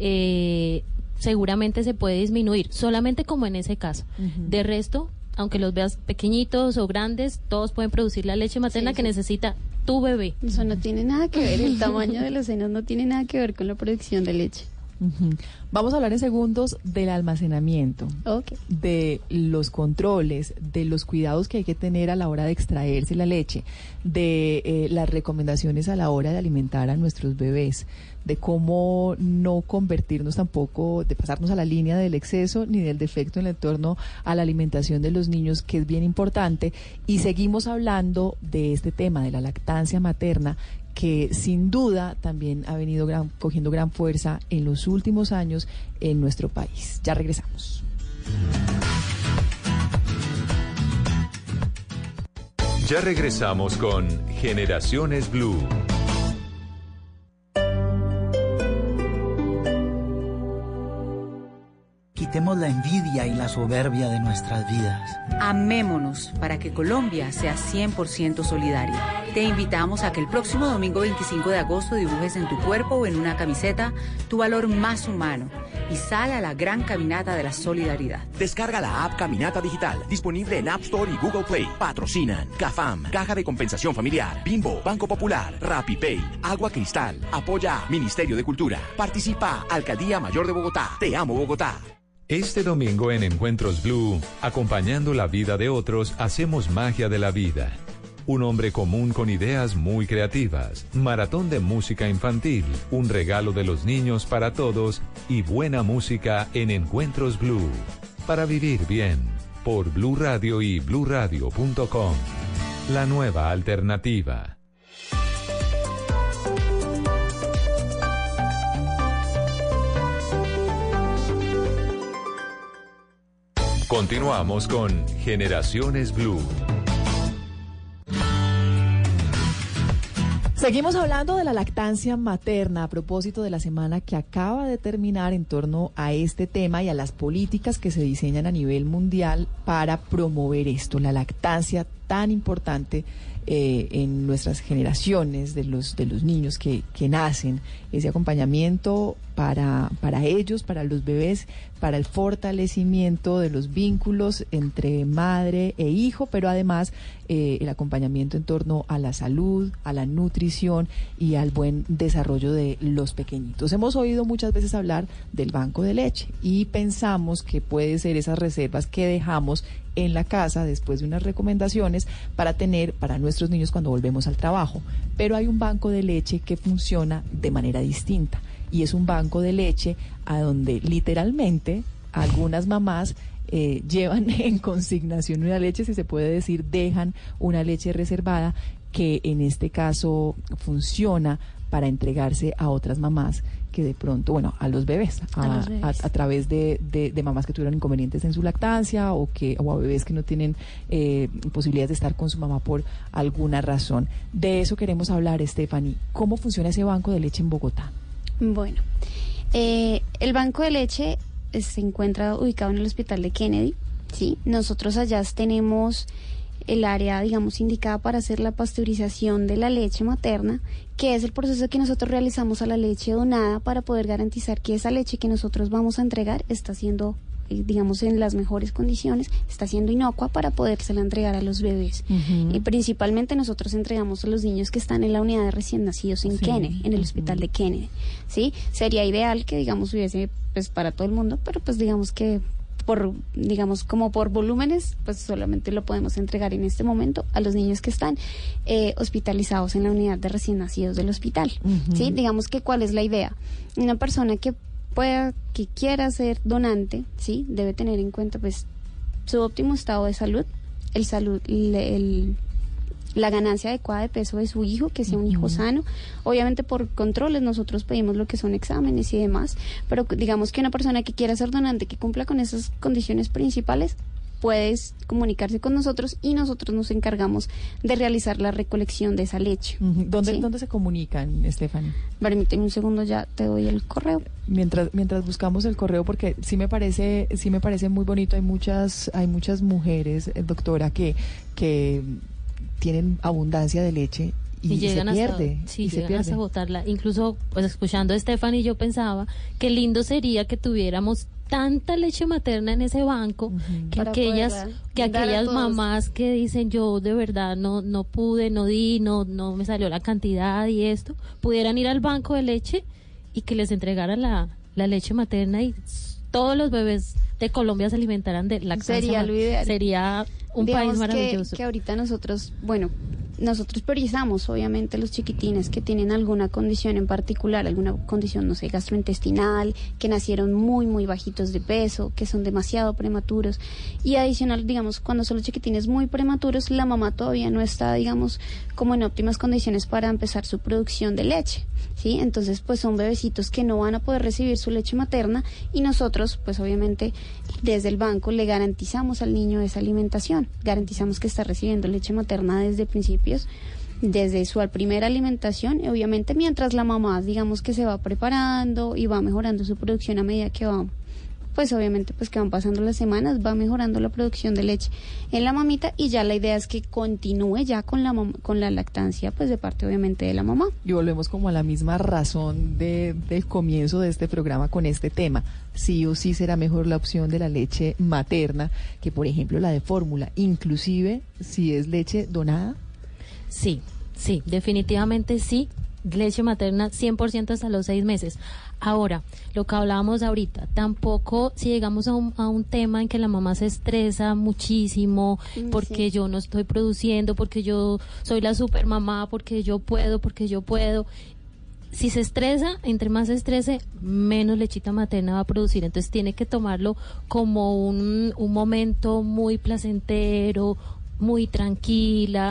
eh, seguramente se puede disminuir, solamente como en ese caso. Uh-huh. De resto, aunque los veas pequeñitos o grandes, todos pueden producir la leche materna sí, que sí. necesita tu bebé. Eso no tiene nada que ver, el tamaño de los senos no tiene nada que ver con la producción de leche. Uh-huh. Vamos a hablar en segundos del almacenamiento, okay. de los controles, de los cuidados que hay que tener a la hora de extraerse la leche, de eh, las recomendaciones a la hora de alimentar a nuestros bebés, de cómo no convertirnos tampoco, de pasarnos a la línea del exceso ni del defecto en el torno a la alimentación de los niños, que es bien importante. Y seguimos hablando de este tema de la lactancia materna, que sin duda también ha venido gran, cogiendo gran fuerza en los últimos años en nuestro país. Ya regresamos. Ya regresamos con Generaciones Blue. Quitemos la envidia y la soberbia de nuestras vidas. Amémonos para que Colombia sea cien por ciento solidaria. Te invitamos a que el próximo domingo veinticinco de agosto dibujes en tu cuerpo o en una camiseta tu valor más humano y sal a la gran caminata de la solidaridad. Descarga la app Caminata Digital, disponible en App Store y Google Play. Patrocinan CAFAM, Caja de Compensación Familiar, Bimbo, Banco Popular, RappiPay, Agua Cristal, apoya Ministerio de Cultura, participa Alcaldía Mayor de Bogotá. Te amo, Bogotá. Este domingo en Encuentros Blue, acompañando la vida de otros, hacemos magia de la vida. Un hombre común con ideas muy creativas, maratón de música infantil, un regalo de los niños para todos y buena música en Encuentros Blue. Para vivir bien, por Blue Radio y blue radio punto com. La nueva alternativa. Continuamos con Generaciones Blue. Seguimos hablando de la lactancia materna a propósito de la semana que acaba de terminar en torno a este tema y a las políticas que se diseñan a nivel mundial para promover esto, la lactancia tan tan importante eh, en nuestras generaciones de los de los niños que, que nacen, ese acompañamiento para, para ellos, para los bebés, para el fortalecimiento de los vínculos entre madre e hijo, pero además eh, el acompañamiento en torno a la salud, a la nutrición y al buen desarrollo de los pequeñitos. Hemos oído muchas veces hablar del banco de leche y pensamos que puede ser esas reservas que dejamos en la casa después de unas recomendaciones para tener para nuestros niños cuando volvemos al trabajo. Pero hay un banco de leche que funciona de manera distinta y es un banco de leche a donde literalmente algunas mamás eh, llevan en consignación una leche, si se puede decir, dejan una leche reservada que en este caso funciona para entregarse a otras mamás que de pronto, bueno, a los bebés, a, a, los bebés. a, a través de, de, de mamás que tuvieron inconvenientes en su lactancia o que o a bebés que no tienen eh, posibilidades de estar con su mamá por alguna razón. De eso queremos hablar, Stephanie. ¿Cómo funciona ese banco de leche en Bogotá? Bueno, eh, el banco de leche eh, se encuentra ubicado en el Hospital de Kennedy, ¿sí? Nosotros allá tenemos el área, digamos, indicada para hacer la pasteurización de la leche materna, que es el proceso que nosotros realizamos a la leche donada para poder garantizar que esa leche que nosotros vamos a entregar está siendo, eh, digamos, en las mejores condiciones, está siendo inocua para podérsela entregar a los bebés. Uh-huh. Y principalmente nosotros entregamos a los niños que están en la unidad de recién nacidos en sí. Kennedy, en el uh-huh. Hospital de Kennedy, ¿sí? Sería ideal que, digamos, hubiese, pues, para todo el mundo, pero pues digamos que por, digamos, como por volúmenes, pues solamente lo podemos entregar en este momento a los niños que están eh, hospitalizados en la unidad de recién nacidos del hospital, uh-huh. ¿sí? Digamos que ¿cuál es la idea? Una persona que pueda, que quiera ser donante, ¿sí? Debe tener en cuenta, pues, su óptimo estado de salud, el salud, el, el la ganancia adecuada de peso de su hijo, que sea un hijo sano. Obviamente por controles nosotros pedimos lo que son exámenes y demás, pero digamos que una persona que quiera ser donante, que cumpla con esas condiciones principales, puedes comunicarse con nosotros y nosotros nos encargamos de realizar la recolección de esa leche. ¿Dónde, ¿sí? ¿dónde se comunican, Stephanie? Permíteme un segundo, ya te doy el correo. Mientras mientras buscamos el correo, porque sí me parece sí me parece muy bonito. Hay muchas hay muchas mujeres, eh, doctora, que que tienen abundancia de leche y, y llegan se pierde. Hasta, sí, y llegan se pierde. hasta botarla. Incluso, pues escuchando a Stephanie, yo pensaba que lindo sería que tuviéramos tanta leche materna en ese banco, uh-huh. que Para aquellas poderla, que aquellas mamás que dicen yo de verdad no no pude, no di, no no me salió la cantidad y esto, pudieran ir al banco de leche y que les entregaran la, la leche materna y todos los bebés de Colombia se alimentaran de lactancia. Sería lo ideal. Sería un Digamos país maravilloso. Que, que ahorita nosotros, bueno, nosotros priorizamos obviamente los chiquitines que tienen alguna condición en particular, alguna condición, no sé, gastrointestinal, que nacieron muy, muy bajitos de peso, que son demasiado prematuros. Y adicional, digamos, cuando son los chiquitines muy prematuros, la mamá todavía no está, digamos, como en óptimas condiciones para empezar su producción de leche, ¿sí? Entonces, pues son bebecitos que no van a poder recibir su leche materna y nosotros, pues obviamente, desde el banco le garantizamos al niño esa alimentación, garantizamos que está recibiendo leche materna desde principios, desde su primera alimentación, y obviamente mientras la mamá, digamos, que se va preparando y va mejorando su producción a medida que va, pues obviamente pues que van pasando las semanas, va mejorando la producción de leche en la mamita y ya la idea es que continúe ya con la mam- con la lactancia, pues de parte obviamente de la mamá. Y volvemos como a la misma razón de, del comienzo de este programa con este tema. Sí o sí será mejor la opción de la leche materna que, por ejemplo, la de fórmula, inclusive si es leche donada. Sí, sí, definitivamente sí. Leche materna cien por ciento hasta los seis meses. Ahora, lo que hablábamos ahorita, tampoco si llegamos a un, a un tema en que la mamá se estresa muchísimo porque sí. yo no estoy produciendo, porque yo soy la super mamá, porque yo puedo, porque yo puedo. Si se estresa, entre más se estrese, menos lechita materna va a producir. Entonces tiene que tomarlo como un, un momento muy placentero, muy tranquila.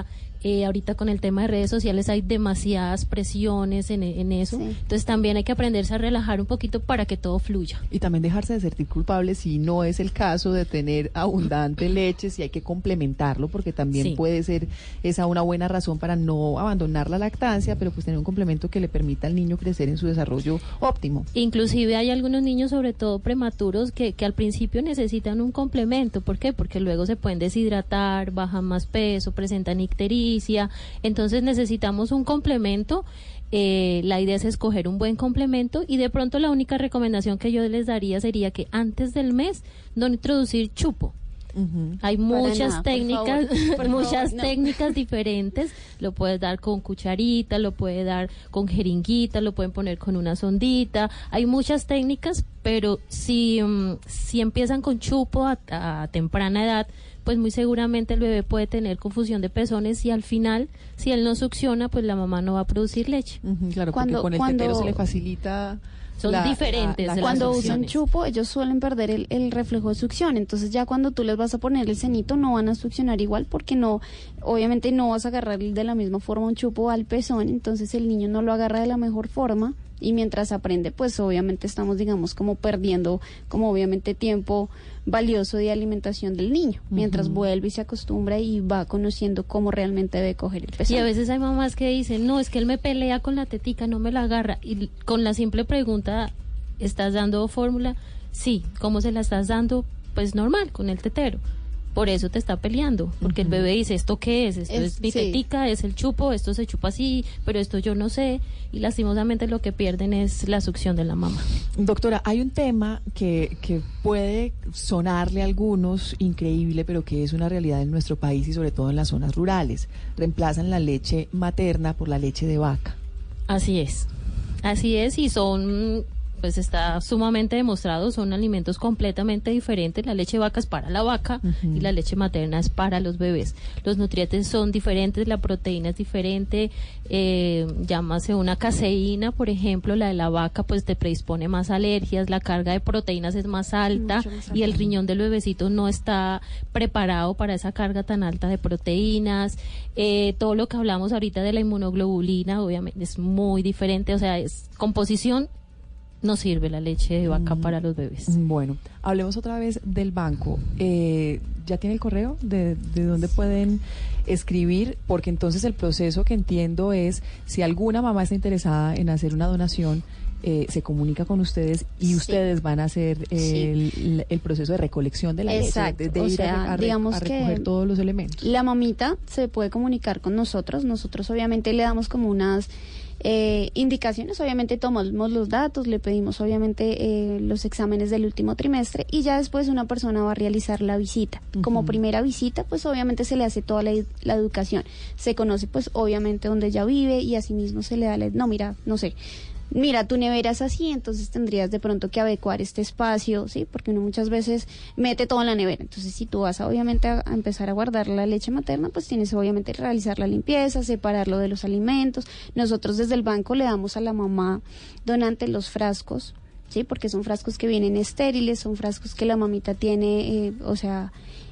Eh, ahorita con el tema de redes sociales hay demasiadas presiones en, en eso, sí. Entonces también hay que aprenderse a relajar un poquito para que todo fluya. Y también dejarse de sentir culpable si no es el caso de tener abundante leche, si hay que complementarlo, porque también sí. puede ser esa una buena razón para no abandonar la lactancia, pero pues tener un complemento que le permita al niño crecer en su desarrollo óptimo. Inclusive hay algunos niños, sobre todo prematuros, que, que al principio necesitan un complemento. ¿Por qué? Porque luego se pueden deshidratar, bajan más peso, presentan ictericia. Entonces necesitamos un complemento. Eh, la idea es escoger un buen complemento y de pronto la única recomendación que yo les daría sería que antes del mes no introducir chupo. Uh-huh. Hay muchas nada, técnicas, por favor, por muchas favor, no. técnicas diferentes. Lo puedes dar con cucharita, lo puedes dar con jeringuita, lo pueden poner con una sondita. Hay muchas técnicas, pero si, um, si empiezan con chupo a, a temprana edad, pues muy seguramente el bebé puede tener confusión de pezones y al final, si él no succiona, pues la mamá no va a producir leche. Uh-huh, claro, cuando, porque con el cuando... tetero se le facilita... Son la, diferentes. La, la, cuando usan chupo, ellos suelen perder el, el reflejo de succión. Entonces ya cuando tú les vas a poner el cenito, no van a succionar igual porque no, obviamente no vas a agarrar de la misma forma un chupo al pezón. Entonces el niño no lo agarra de la mejor forma. Y mientras aprende, pues obviamente estamos, digamos, como perdiendo, como obviamente tiempo valioso de alimentación del niño, mientras uh-huh. vuelve y se acostumbra y va conociendo cómo realmente debe coger el pezón. Y a veces hay mamás que dicen, no, es que él me pelea con la tetica, no me la agarra. Y con la simple pregunta, ¿estás dando fórmula? Sí. ¿Cómo se la estás dando? Pues normal, con el tetero. Por eso te está peleando, porque uh-huh. el bebé dice, ¿esto qué es? Esto es, es mi sí. tetica, es el chupo, esto se chupa así, pero esto yo no sé, y lastimosamente lo que pierden es la succión de la mamá. Doctora, hay un tema que, que puede sonarle a algunos increíble, pero que es una realidad en nuestro país y sobre todo en las zonas rurales. Reemplazan la leche materna por la leche de vaca. Así es, así es, y son... pues está sumamente demostrado, son alimentos completamente diferentes. La leche de vaca es para la vaca uh-huh. y la leche materna es para los bebés. Los nutrientes son diferentes, la proteína es diferente, eh, llámase una caseína, por ejemplo, la de la vaca pues te predispone más alergias, la carga de proteínas es más alta y el riñón del bebecito no está preparado para esa carga tan alta de proteínas. Eh, todo lo que hablamos ahorita de la inmunoglobulina obviamente es muy diferente, o sea, es composición. No sirve la leche de vaca mm. para los bebés. Bueno, hablemos otra vez del banco. Eh, ¿Ya tiene el correo de, de dónde pueden escribir? Porque entonces el proceso que entiendo es, si alguna mamá está interesada en hacer una donación, eh, se comunica con ustedes y sí. ustedes van a hacer el, sí. el proceso de recolección de la Exacto. leche, de, de o ir sea, a, a, digamos a recoger que todos los elementos. La mamita se puede comunicar con nosotros. Nosotros obviamente le damos como unas... Eh, indicaciones, obviamente tomamos los datos, le pedimos obviamente eh, los exámenes del último trimestre y ya después una persona va a realizar la visita. Uh-huh. Como primera visita, pues obviamente se le hace toda la, la educación, se conoce pues obviamente dónde ella vive y asimismo se le da, la, no mira, no sé, mira, tu nevera es así, entonces tendrías de pronto que adecuar este espacio, ¿sí? Porque uno muchas veces mete todo en la nevera. Entonces, si tú vas a, obviamente a, a empezar a guardar la leche materna, pues tienes obviamente que realizar la limpieza, separarlo de los alimentos. Nosotros desde el banco le damos a la mamá donante los frascos, ¿sí? Porque son frascos que vienen estériles, son frascos que la mamita tiene, eh, o sea...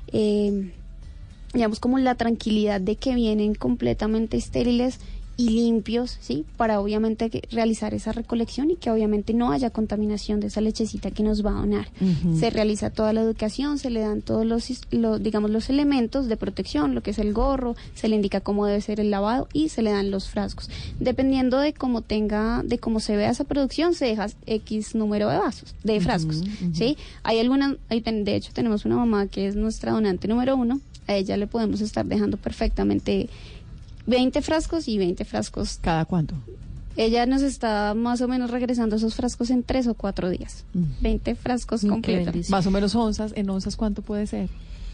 Eh, digamos como la tranquilidad de que vienen completamente estériles y limpios, ¿sí? Para obviamente que realizar esa recolección y que obviamente no haya contaminación de esa lechecita que nos va a donar. Uh-huh. Se realiza toda la educación, se le dan todos los, los, digamos, los elementos de protección, lo que es el gorro, se le indica cómo debe ser el lavado y se le dan los frascos. Dependiendo de cómo tenga, de cómo se vea esa producción, se deja X número de vasos, de frascos, uh-huh, uh-huh. ¿sí? Hay algunas, hay, de hecho tenemos una mamá que es nuestra donante número uno, a ella le podemos estar dejando perfectamente veinte frascos y veinte frascos. ¿Cada cuánto? Ella nos está más o menos regresando esos frascos en tres o cuatro días. Uh-huh. veinte frascos completos. Más o menos onzas. ¿En onzas cuánto puede ser?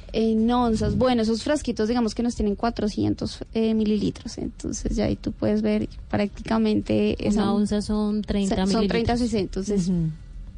En onzas. Bueno, esos frasquitos digamos que nos tienen cuatrocientos eh, mililitros. Entonces ya ahí tú puedes ver prácticamente... Una esa, onza son treinta son mililitros. Son treinta, sesenta. Entonces... Uh-huh.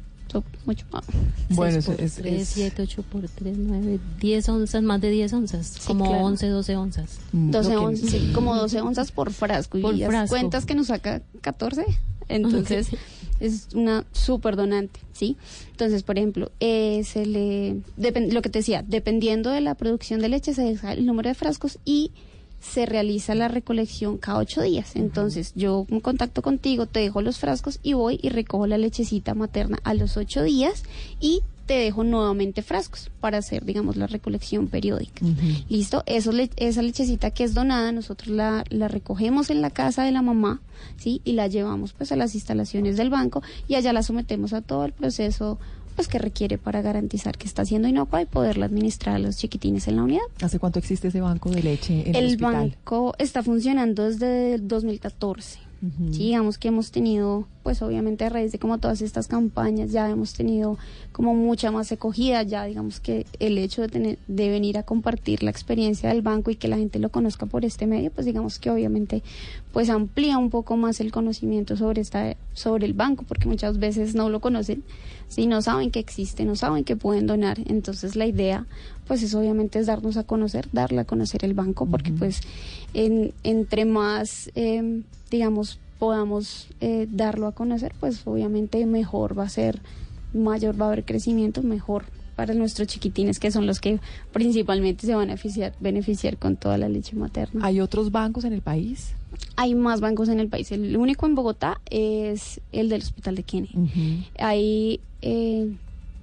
Mucho más. Bueno, seis por es, tres, es... siete, ocho por tres, nueve, diez onzas, más de diez onzas, sí, como claro. once, doce onzas. doce onzas, sí, como doce onzas por frasco. Por y frasco. Cuentas que nos saca catorce, entonces okay. es una súper donante, ¿sí? Entonces, por ejemplo, eh, se le, depend, lo que te decía, dependiendo de la producción de leche se deja el número de frascos y se realiza la recolección cada ocho días. Entonces, yo me contacto contigo, te dejo los frascos y voy y recojo la lechecita materna a los ocho días y te dejo nuevamente frascos para hacer, digamos, la recolección periódica. Uh-huh. ¿Listo? Eso, le, esa lechecita que es donada, nosotros la, la recogemos en la casa de la mamá, ¿sí? Y la llevamos pues a las instalaciones del banco y allá la sometemos a todo el proceso pues que requiere para garantizar que está siendo inocua y poderla administrar a los chiquitines en la unidad. ¿Hace cuánto existe ese banco de leche en el, el hospital? El banco está funcionando desde el dos mil catorce. Uh-huh. Sí, digamos que hemos tenido, pues obviamente a raíz de como todas estas campañas ya hemos tenido como mucha más acogida, ya digamos que el hecho de tener, de venir a compartir la experiencia del banco y que la gente lo conozca por este medio, pues digamos que obviamente pues amplía un poco más el conocimiento sobre esta, sobre el banco, porque muchas veces no lo conocen, sí, no saben que existe, no saben que pueden donar. Entonces la idea pues es obviamente es darnos a conocer, darle a conocer el banco, porque uh-huh. pues en, entre más eh, digamos podamos eh, darlo a conocer, pues obviamente mejor va a ser, mayor va a haber crecimiento, mejor para nuestros chiquitines, que son los que principalmente se van a beneficiar, beneficiar con toda la leche materna. ¿Hay otros bancos en el país? Hay más bancos en el país. El único en Bogotá es el del Hospital de Kennedy. Uh-huh. Hay eh,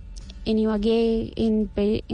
en Ibagué, en,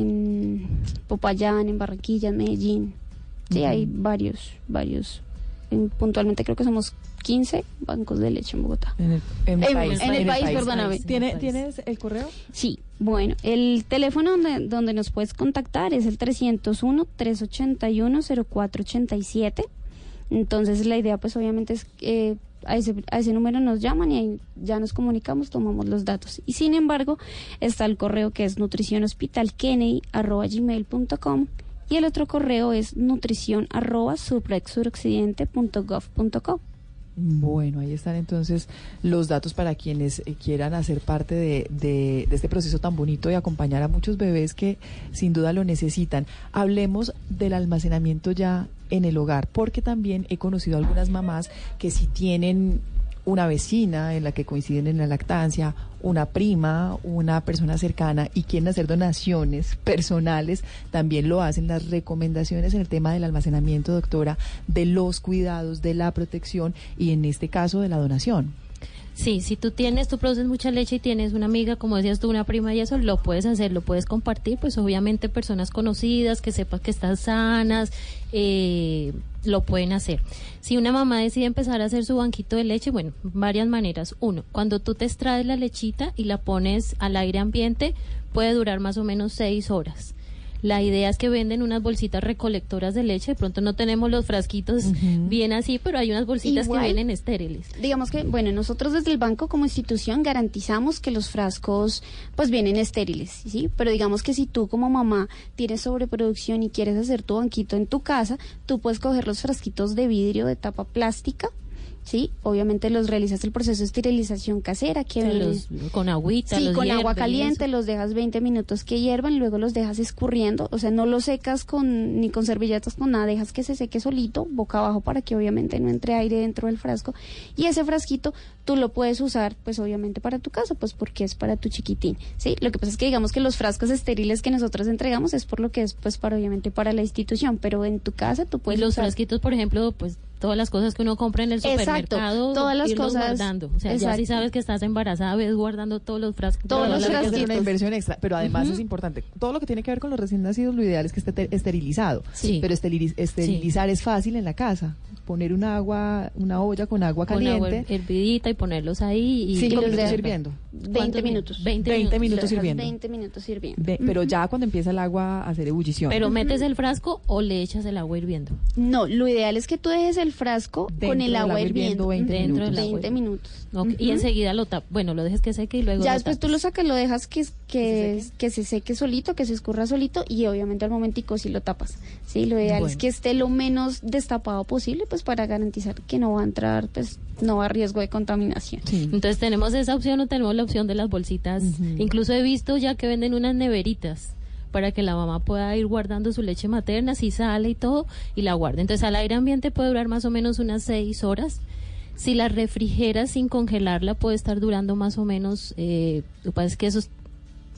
en Popayán, en Barranquilla, en Medellín. Sí, uh-huh. hay varios, varios. En, puntualmente creo que somos quince bancos de leche en Bogotá. En el, en el en, país, en el en país, país perdóname. ¿Tiene, ¿Tienes el correo? Sí, bueno, el teléfono donde, donde nos puedes contactar es el trescientos uno, trescientos ochenta y uno, cero cuatro ochenta y siete. Entonces la idea pues obviamente es que eh, a, ese, a ese número nos llaman y ahí ya nos comunicamos, tomamos los datos. Y sin embargo está el correo que es nutricionhospitalkennedy arroba gmail punto com y el otro correo es nutrición arroba suroccidente punto gov punto co. Bueno, ahí están entonces los datos para quienes eh, quieran hacer parte de, de, de este proceso tan bonito de acompañar a muchos bebés que sin duda lo necesitan. Hablemos del almacenamiento ya en el hogar, porque también he conocido algunas mamás que si tienen una vecina en la que coinciden en la lactancia, una prima, una persona cercana y quieren hacer donaciones personales, también lo hacen. Las recomendaciones en el tema del almacenamiento, doctora, de los cuidados, de la protección y en este caso de la donación. Sí, si tú tienes, tú produces mucha leche y tienes una amiga, como decías tú, una prima y eso, lo puedes hacer, lo puedes compartir, pues obviamente personas conocidas, que sepas que están sanas, eh, lo pueden hacer. Si una mamá decide empezar a hacer su banquito de leche, bueno, varias maneras. Uno, cuando tú te extraes la lechita y la pones al aire ambiente, puede durar más o menos seis horas. La idea es que venden unas bolsitas recolectoras de leche. De pronto no tenemos los frasquitos uh-huh. bien así, pero hay unas bolsitas Igual, que vienen estériles. Digamos que, bueno, nosotros desde el banco como institución garantizamos que los frascos pues vienen estériles, ¿sí? Pero digamos que si tú como mamá tienes sobreproducción y quieres hacer tu banquito en tu casa, tú puedes coger los frasquitos de vidrio de tapa plástica, sí, obviamente los realizas el proceso de esterilización casera que o sea, viene, los, con agüita, sí, los con hierven, agua caliente, eso. Los dejas veinte minutos que hiervan, luego los dejas escurriendo, o sea, no los secas con ni con servilletas con nada, dejas que se seque solito, boca abajo para que obviamente no entre aire dentro del frasco y ese frasquito tú lo puedes usar pues obviamente para tu casa, pues porque es para tu chiquitín, sí, lo que pasa es que digamos que los frascos estériles que nosotros entregamos es por lo que es pues para obviamente para la institución, pero en tu casa tú puedes y los usar frasquitos, por ejemplo, pues todas las cosas que uno compra en el supermercado, exacto, todas las irlos cosas guardando, o sea, exacto. ya si sabes que estás embarazada, ves guardando todos los frascos, todos los frasquitos, es una inversión extra, pero además uh-huh. es importante, todo lo que tiene que ver con los recién nacidos, lo ideal es que esté esterilizado, sí. pero esteriliz- esterilizar sí. es fácil en la casa, poner una agua, una olla con agua con caliente, agua hervidita y ponerlos ahí y cinco y minutos hirviendo, veinte minutos, veinte minutos hirviendo, veinte minutos hirviendo, Ve, pero uh-huh. ya cuando empieza el agua a hacer ebullición, pero uh-huh. metes el frasco o le echas el agua hirviendo. No, lo ideal es que tú dejes el frasco dentro con el agua hirviendo veinte dentro minutos. de veinte minutos. Okay. Uh-huh. Y enseguida lo tapas, bueno, lo dejes que seque y luego ya lo después tapas. Tú lo sacas, lo dejas que que, ¿Se que se seque solito, que se escurra solito y obviamente al momentico sí lo tapas. Sí, lo ideal bueno. es que esté lo menos destapado posible, pues para garantizar que no va a entrar, pues no va a riesgo de contaminación. Sí. Entonces tenemos esa opción o tenemos la opción de las bolsitas. Uh-huh. Incluso he visto ya que venden unas neveritas para que la mamá pueda ir guardando su leche materna, si sale y todo, y la guarde. Entonces al aire ambiente puede durar más o menos unas seis horas. Si la refrigeras sin congelarla puede estar durando más o menos, eh, lo que pasa es que esos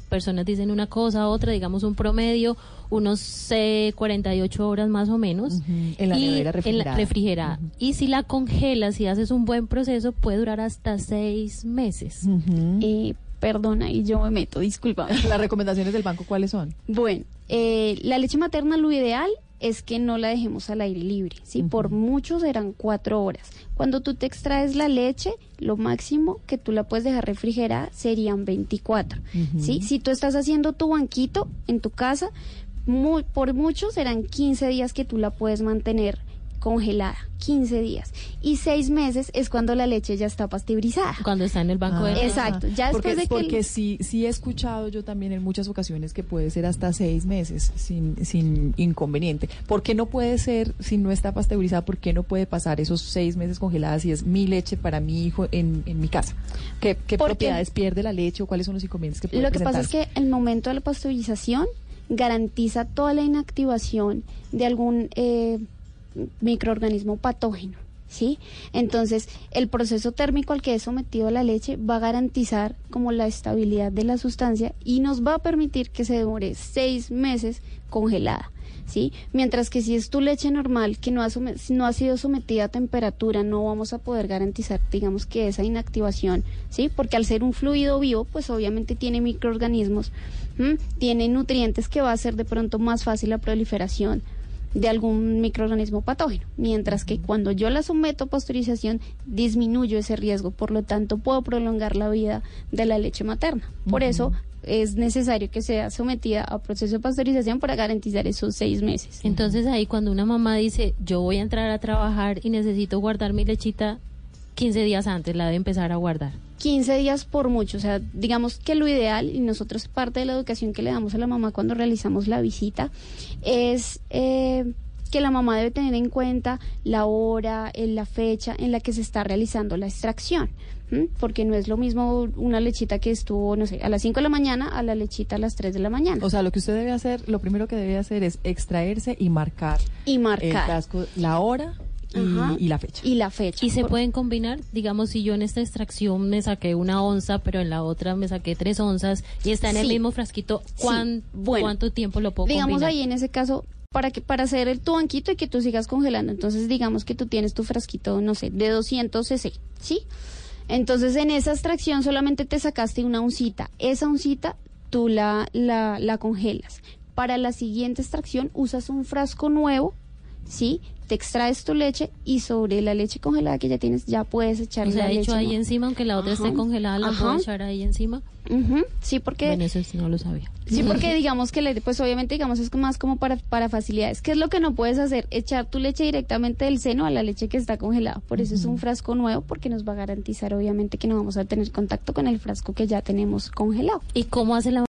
personas dicen una cosa, otra, digamos un promedio, unos eh, cuarenta y ocho horas más o menos. Uh-huh. En la y nevera refrigerada. En la refrigerada. Uh-huh. Y si la congelas, si haces un buen proceso, puede durar hasta seis meses. Uh-huh. Eh, perdona, y yo me meto, disculpa. ¿Las recomendaciones del banco cuáles son? Bueno, eh, la leche materna, lo ideal es que no la dejemos al aire libre, ¿sí? Uh-huh. Por mucho serán cuatro horas. Cuando tú te extraes la leche, lo máximo que tú la puedes dejar refrigerada serían veinticuatro, uh-huh. ¿sí? Si tú estás haciendo tu banquito en tu casa, muy, por mucho serán quince días que tú la puedes mantener congelada, quince días. Y seis meses es cuando la leche ya está pasteurizada. Cuando está en el banco ah, de leche. Exacto. Ya porque, después de que porque el... sí, sí he escuchado yo también en muchas ocasiones que puede ser hasta seis meses sin, sin inconveniente. ¿Por qué no puede ser, si no está pasteurizada, por qué no puede pasar esos seis meses congeladas si es mi leche para mi hijo en, en mi casa? ¿Qué, qué propiedades pierde la leche o cuáles son los inconvenientes que puede Lo que presentar? pasa es que el momento de la pasteurización garantiza toda la inactivación de algún eh, microorganismo patógeno, ¿sí? Entonces, el proceso térmico al que es sometido la leche va a garantizar como la estabilidad de la sustancia y nos va a permitir que se demore seis meses congelada, ¿sí? Mientras que si es tu leche normal que no ha, no ha sido sometida a temperatura, no vamos a poder garantizar, digamos, que esa inactivación, ¿sí? Porque al ser un fluido vivo, pues obviamente tiene microorganismos, ¿m? Tiene nutrientes que va a hacer de pronto más fácil la proliferación de algún microorganismo patógeno, mientras que cuando yo la someto a pasteurización disminuyo ese riesgo, por lo tanto puedo prolongar la vida de la leche materna. Por uh-huh. eso es necesario que sea sometida a proceso de pasteurización para garantizar esos seis meses. Entonces ahí cuando una mamá dice, yo voy a entrar a trabajar y necesito guardar mi lechita, quince días antes la debe empezar a guardar. quince días por mucho, o sea, digamos que lo ideal, y nosotros parte de la educación que le damos a la mamá cuando realizamos la visita, es eh, que la mamá debe tener en cuenta la hora, eh, la fecha en la que se está realizando la extracción, ¿m? Porque no es lo mismo una lechita que estuvo, no sé, a las cinco de la mañana a la lechita a las tres de la mañana. O sea, lo que usted debe hacer, lo primero que debe hacer es extraerse y marcar. Y marcar. El frasco, la hora. Y, y la fecha. Y la fecha. Y se por... pueden combinar, digamos, si yo en esta extracción me saqué una onza, pero en la otra me saqué tres onzas y está en sí. el mismo frasquito, ¿cuán, sí. bueno, ¿cuánto tiempo lo puedo digamos combinar? Ahí en ese caso, para que para hacer el tu banquito y que tú sigas congelando, entonces digamos que tú tienes tu frasquito, no sé, de doscientos centilitros, ¿sí? Entonces en esa extracción solamente te sacaste una oncita, esa oncita tú la, la, la congelas. Para la siguiente extracción usas un frasco nuevo, ¿sí? Te extraes tu leche y sobre la leche congelada que ya tienes ya puedes echar o sea, la leche. hecho ahí ¿no? encima, aunque la otra Ajá. esté congelada, la Ajá. puedo echar ahí encima. Uh-huh. Sí, porque... Bueno, eso sí no lo sabía. Sí, porque digamos que, le, pues obviamente digamos es más como para, para facilidades. ¿Qué es lo que no puedes hacer? Echar tu leche directamente del seno a la leche que está congelada. Por eso uh-huh. es un frasco nuevo, porque nos va a garantizar obviamente que no vamos a tener contacto con el frasco que ya tenemos congelado. ¿Y cómo hace la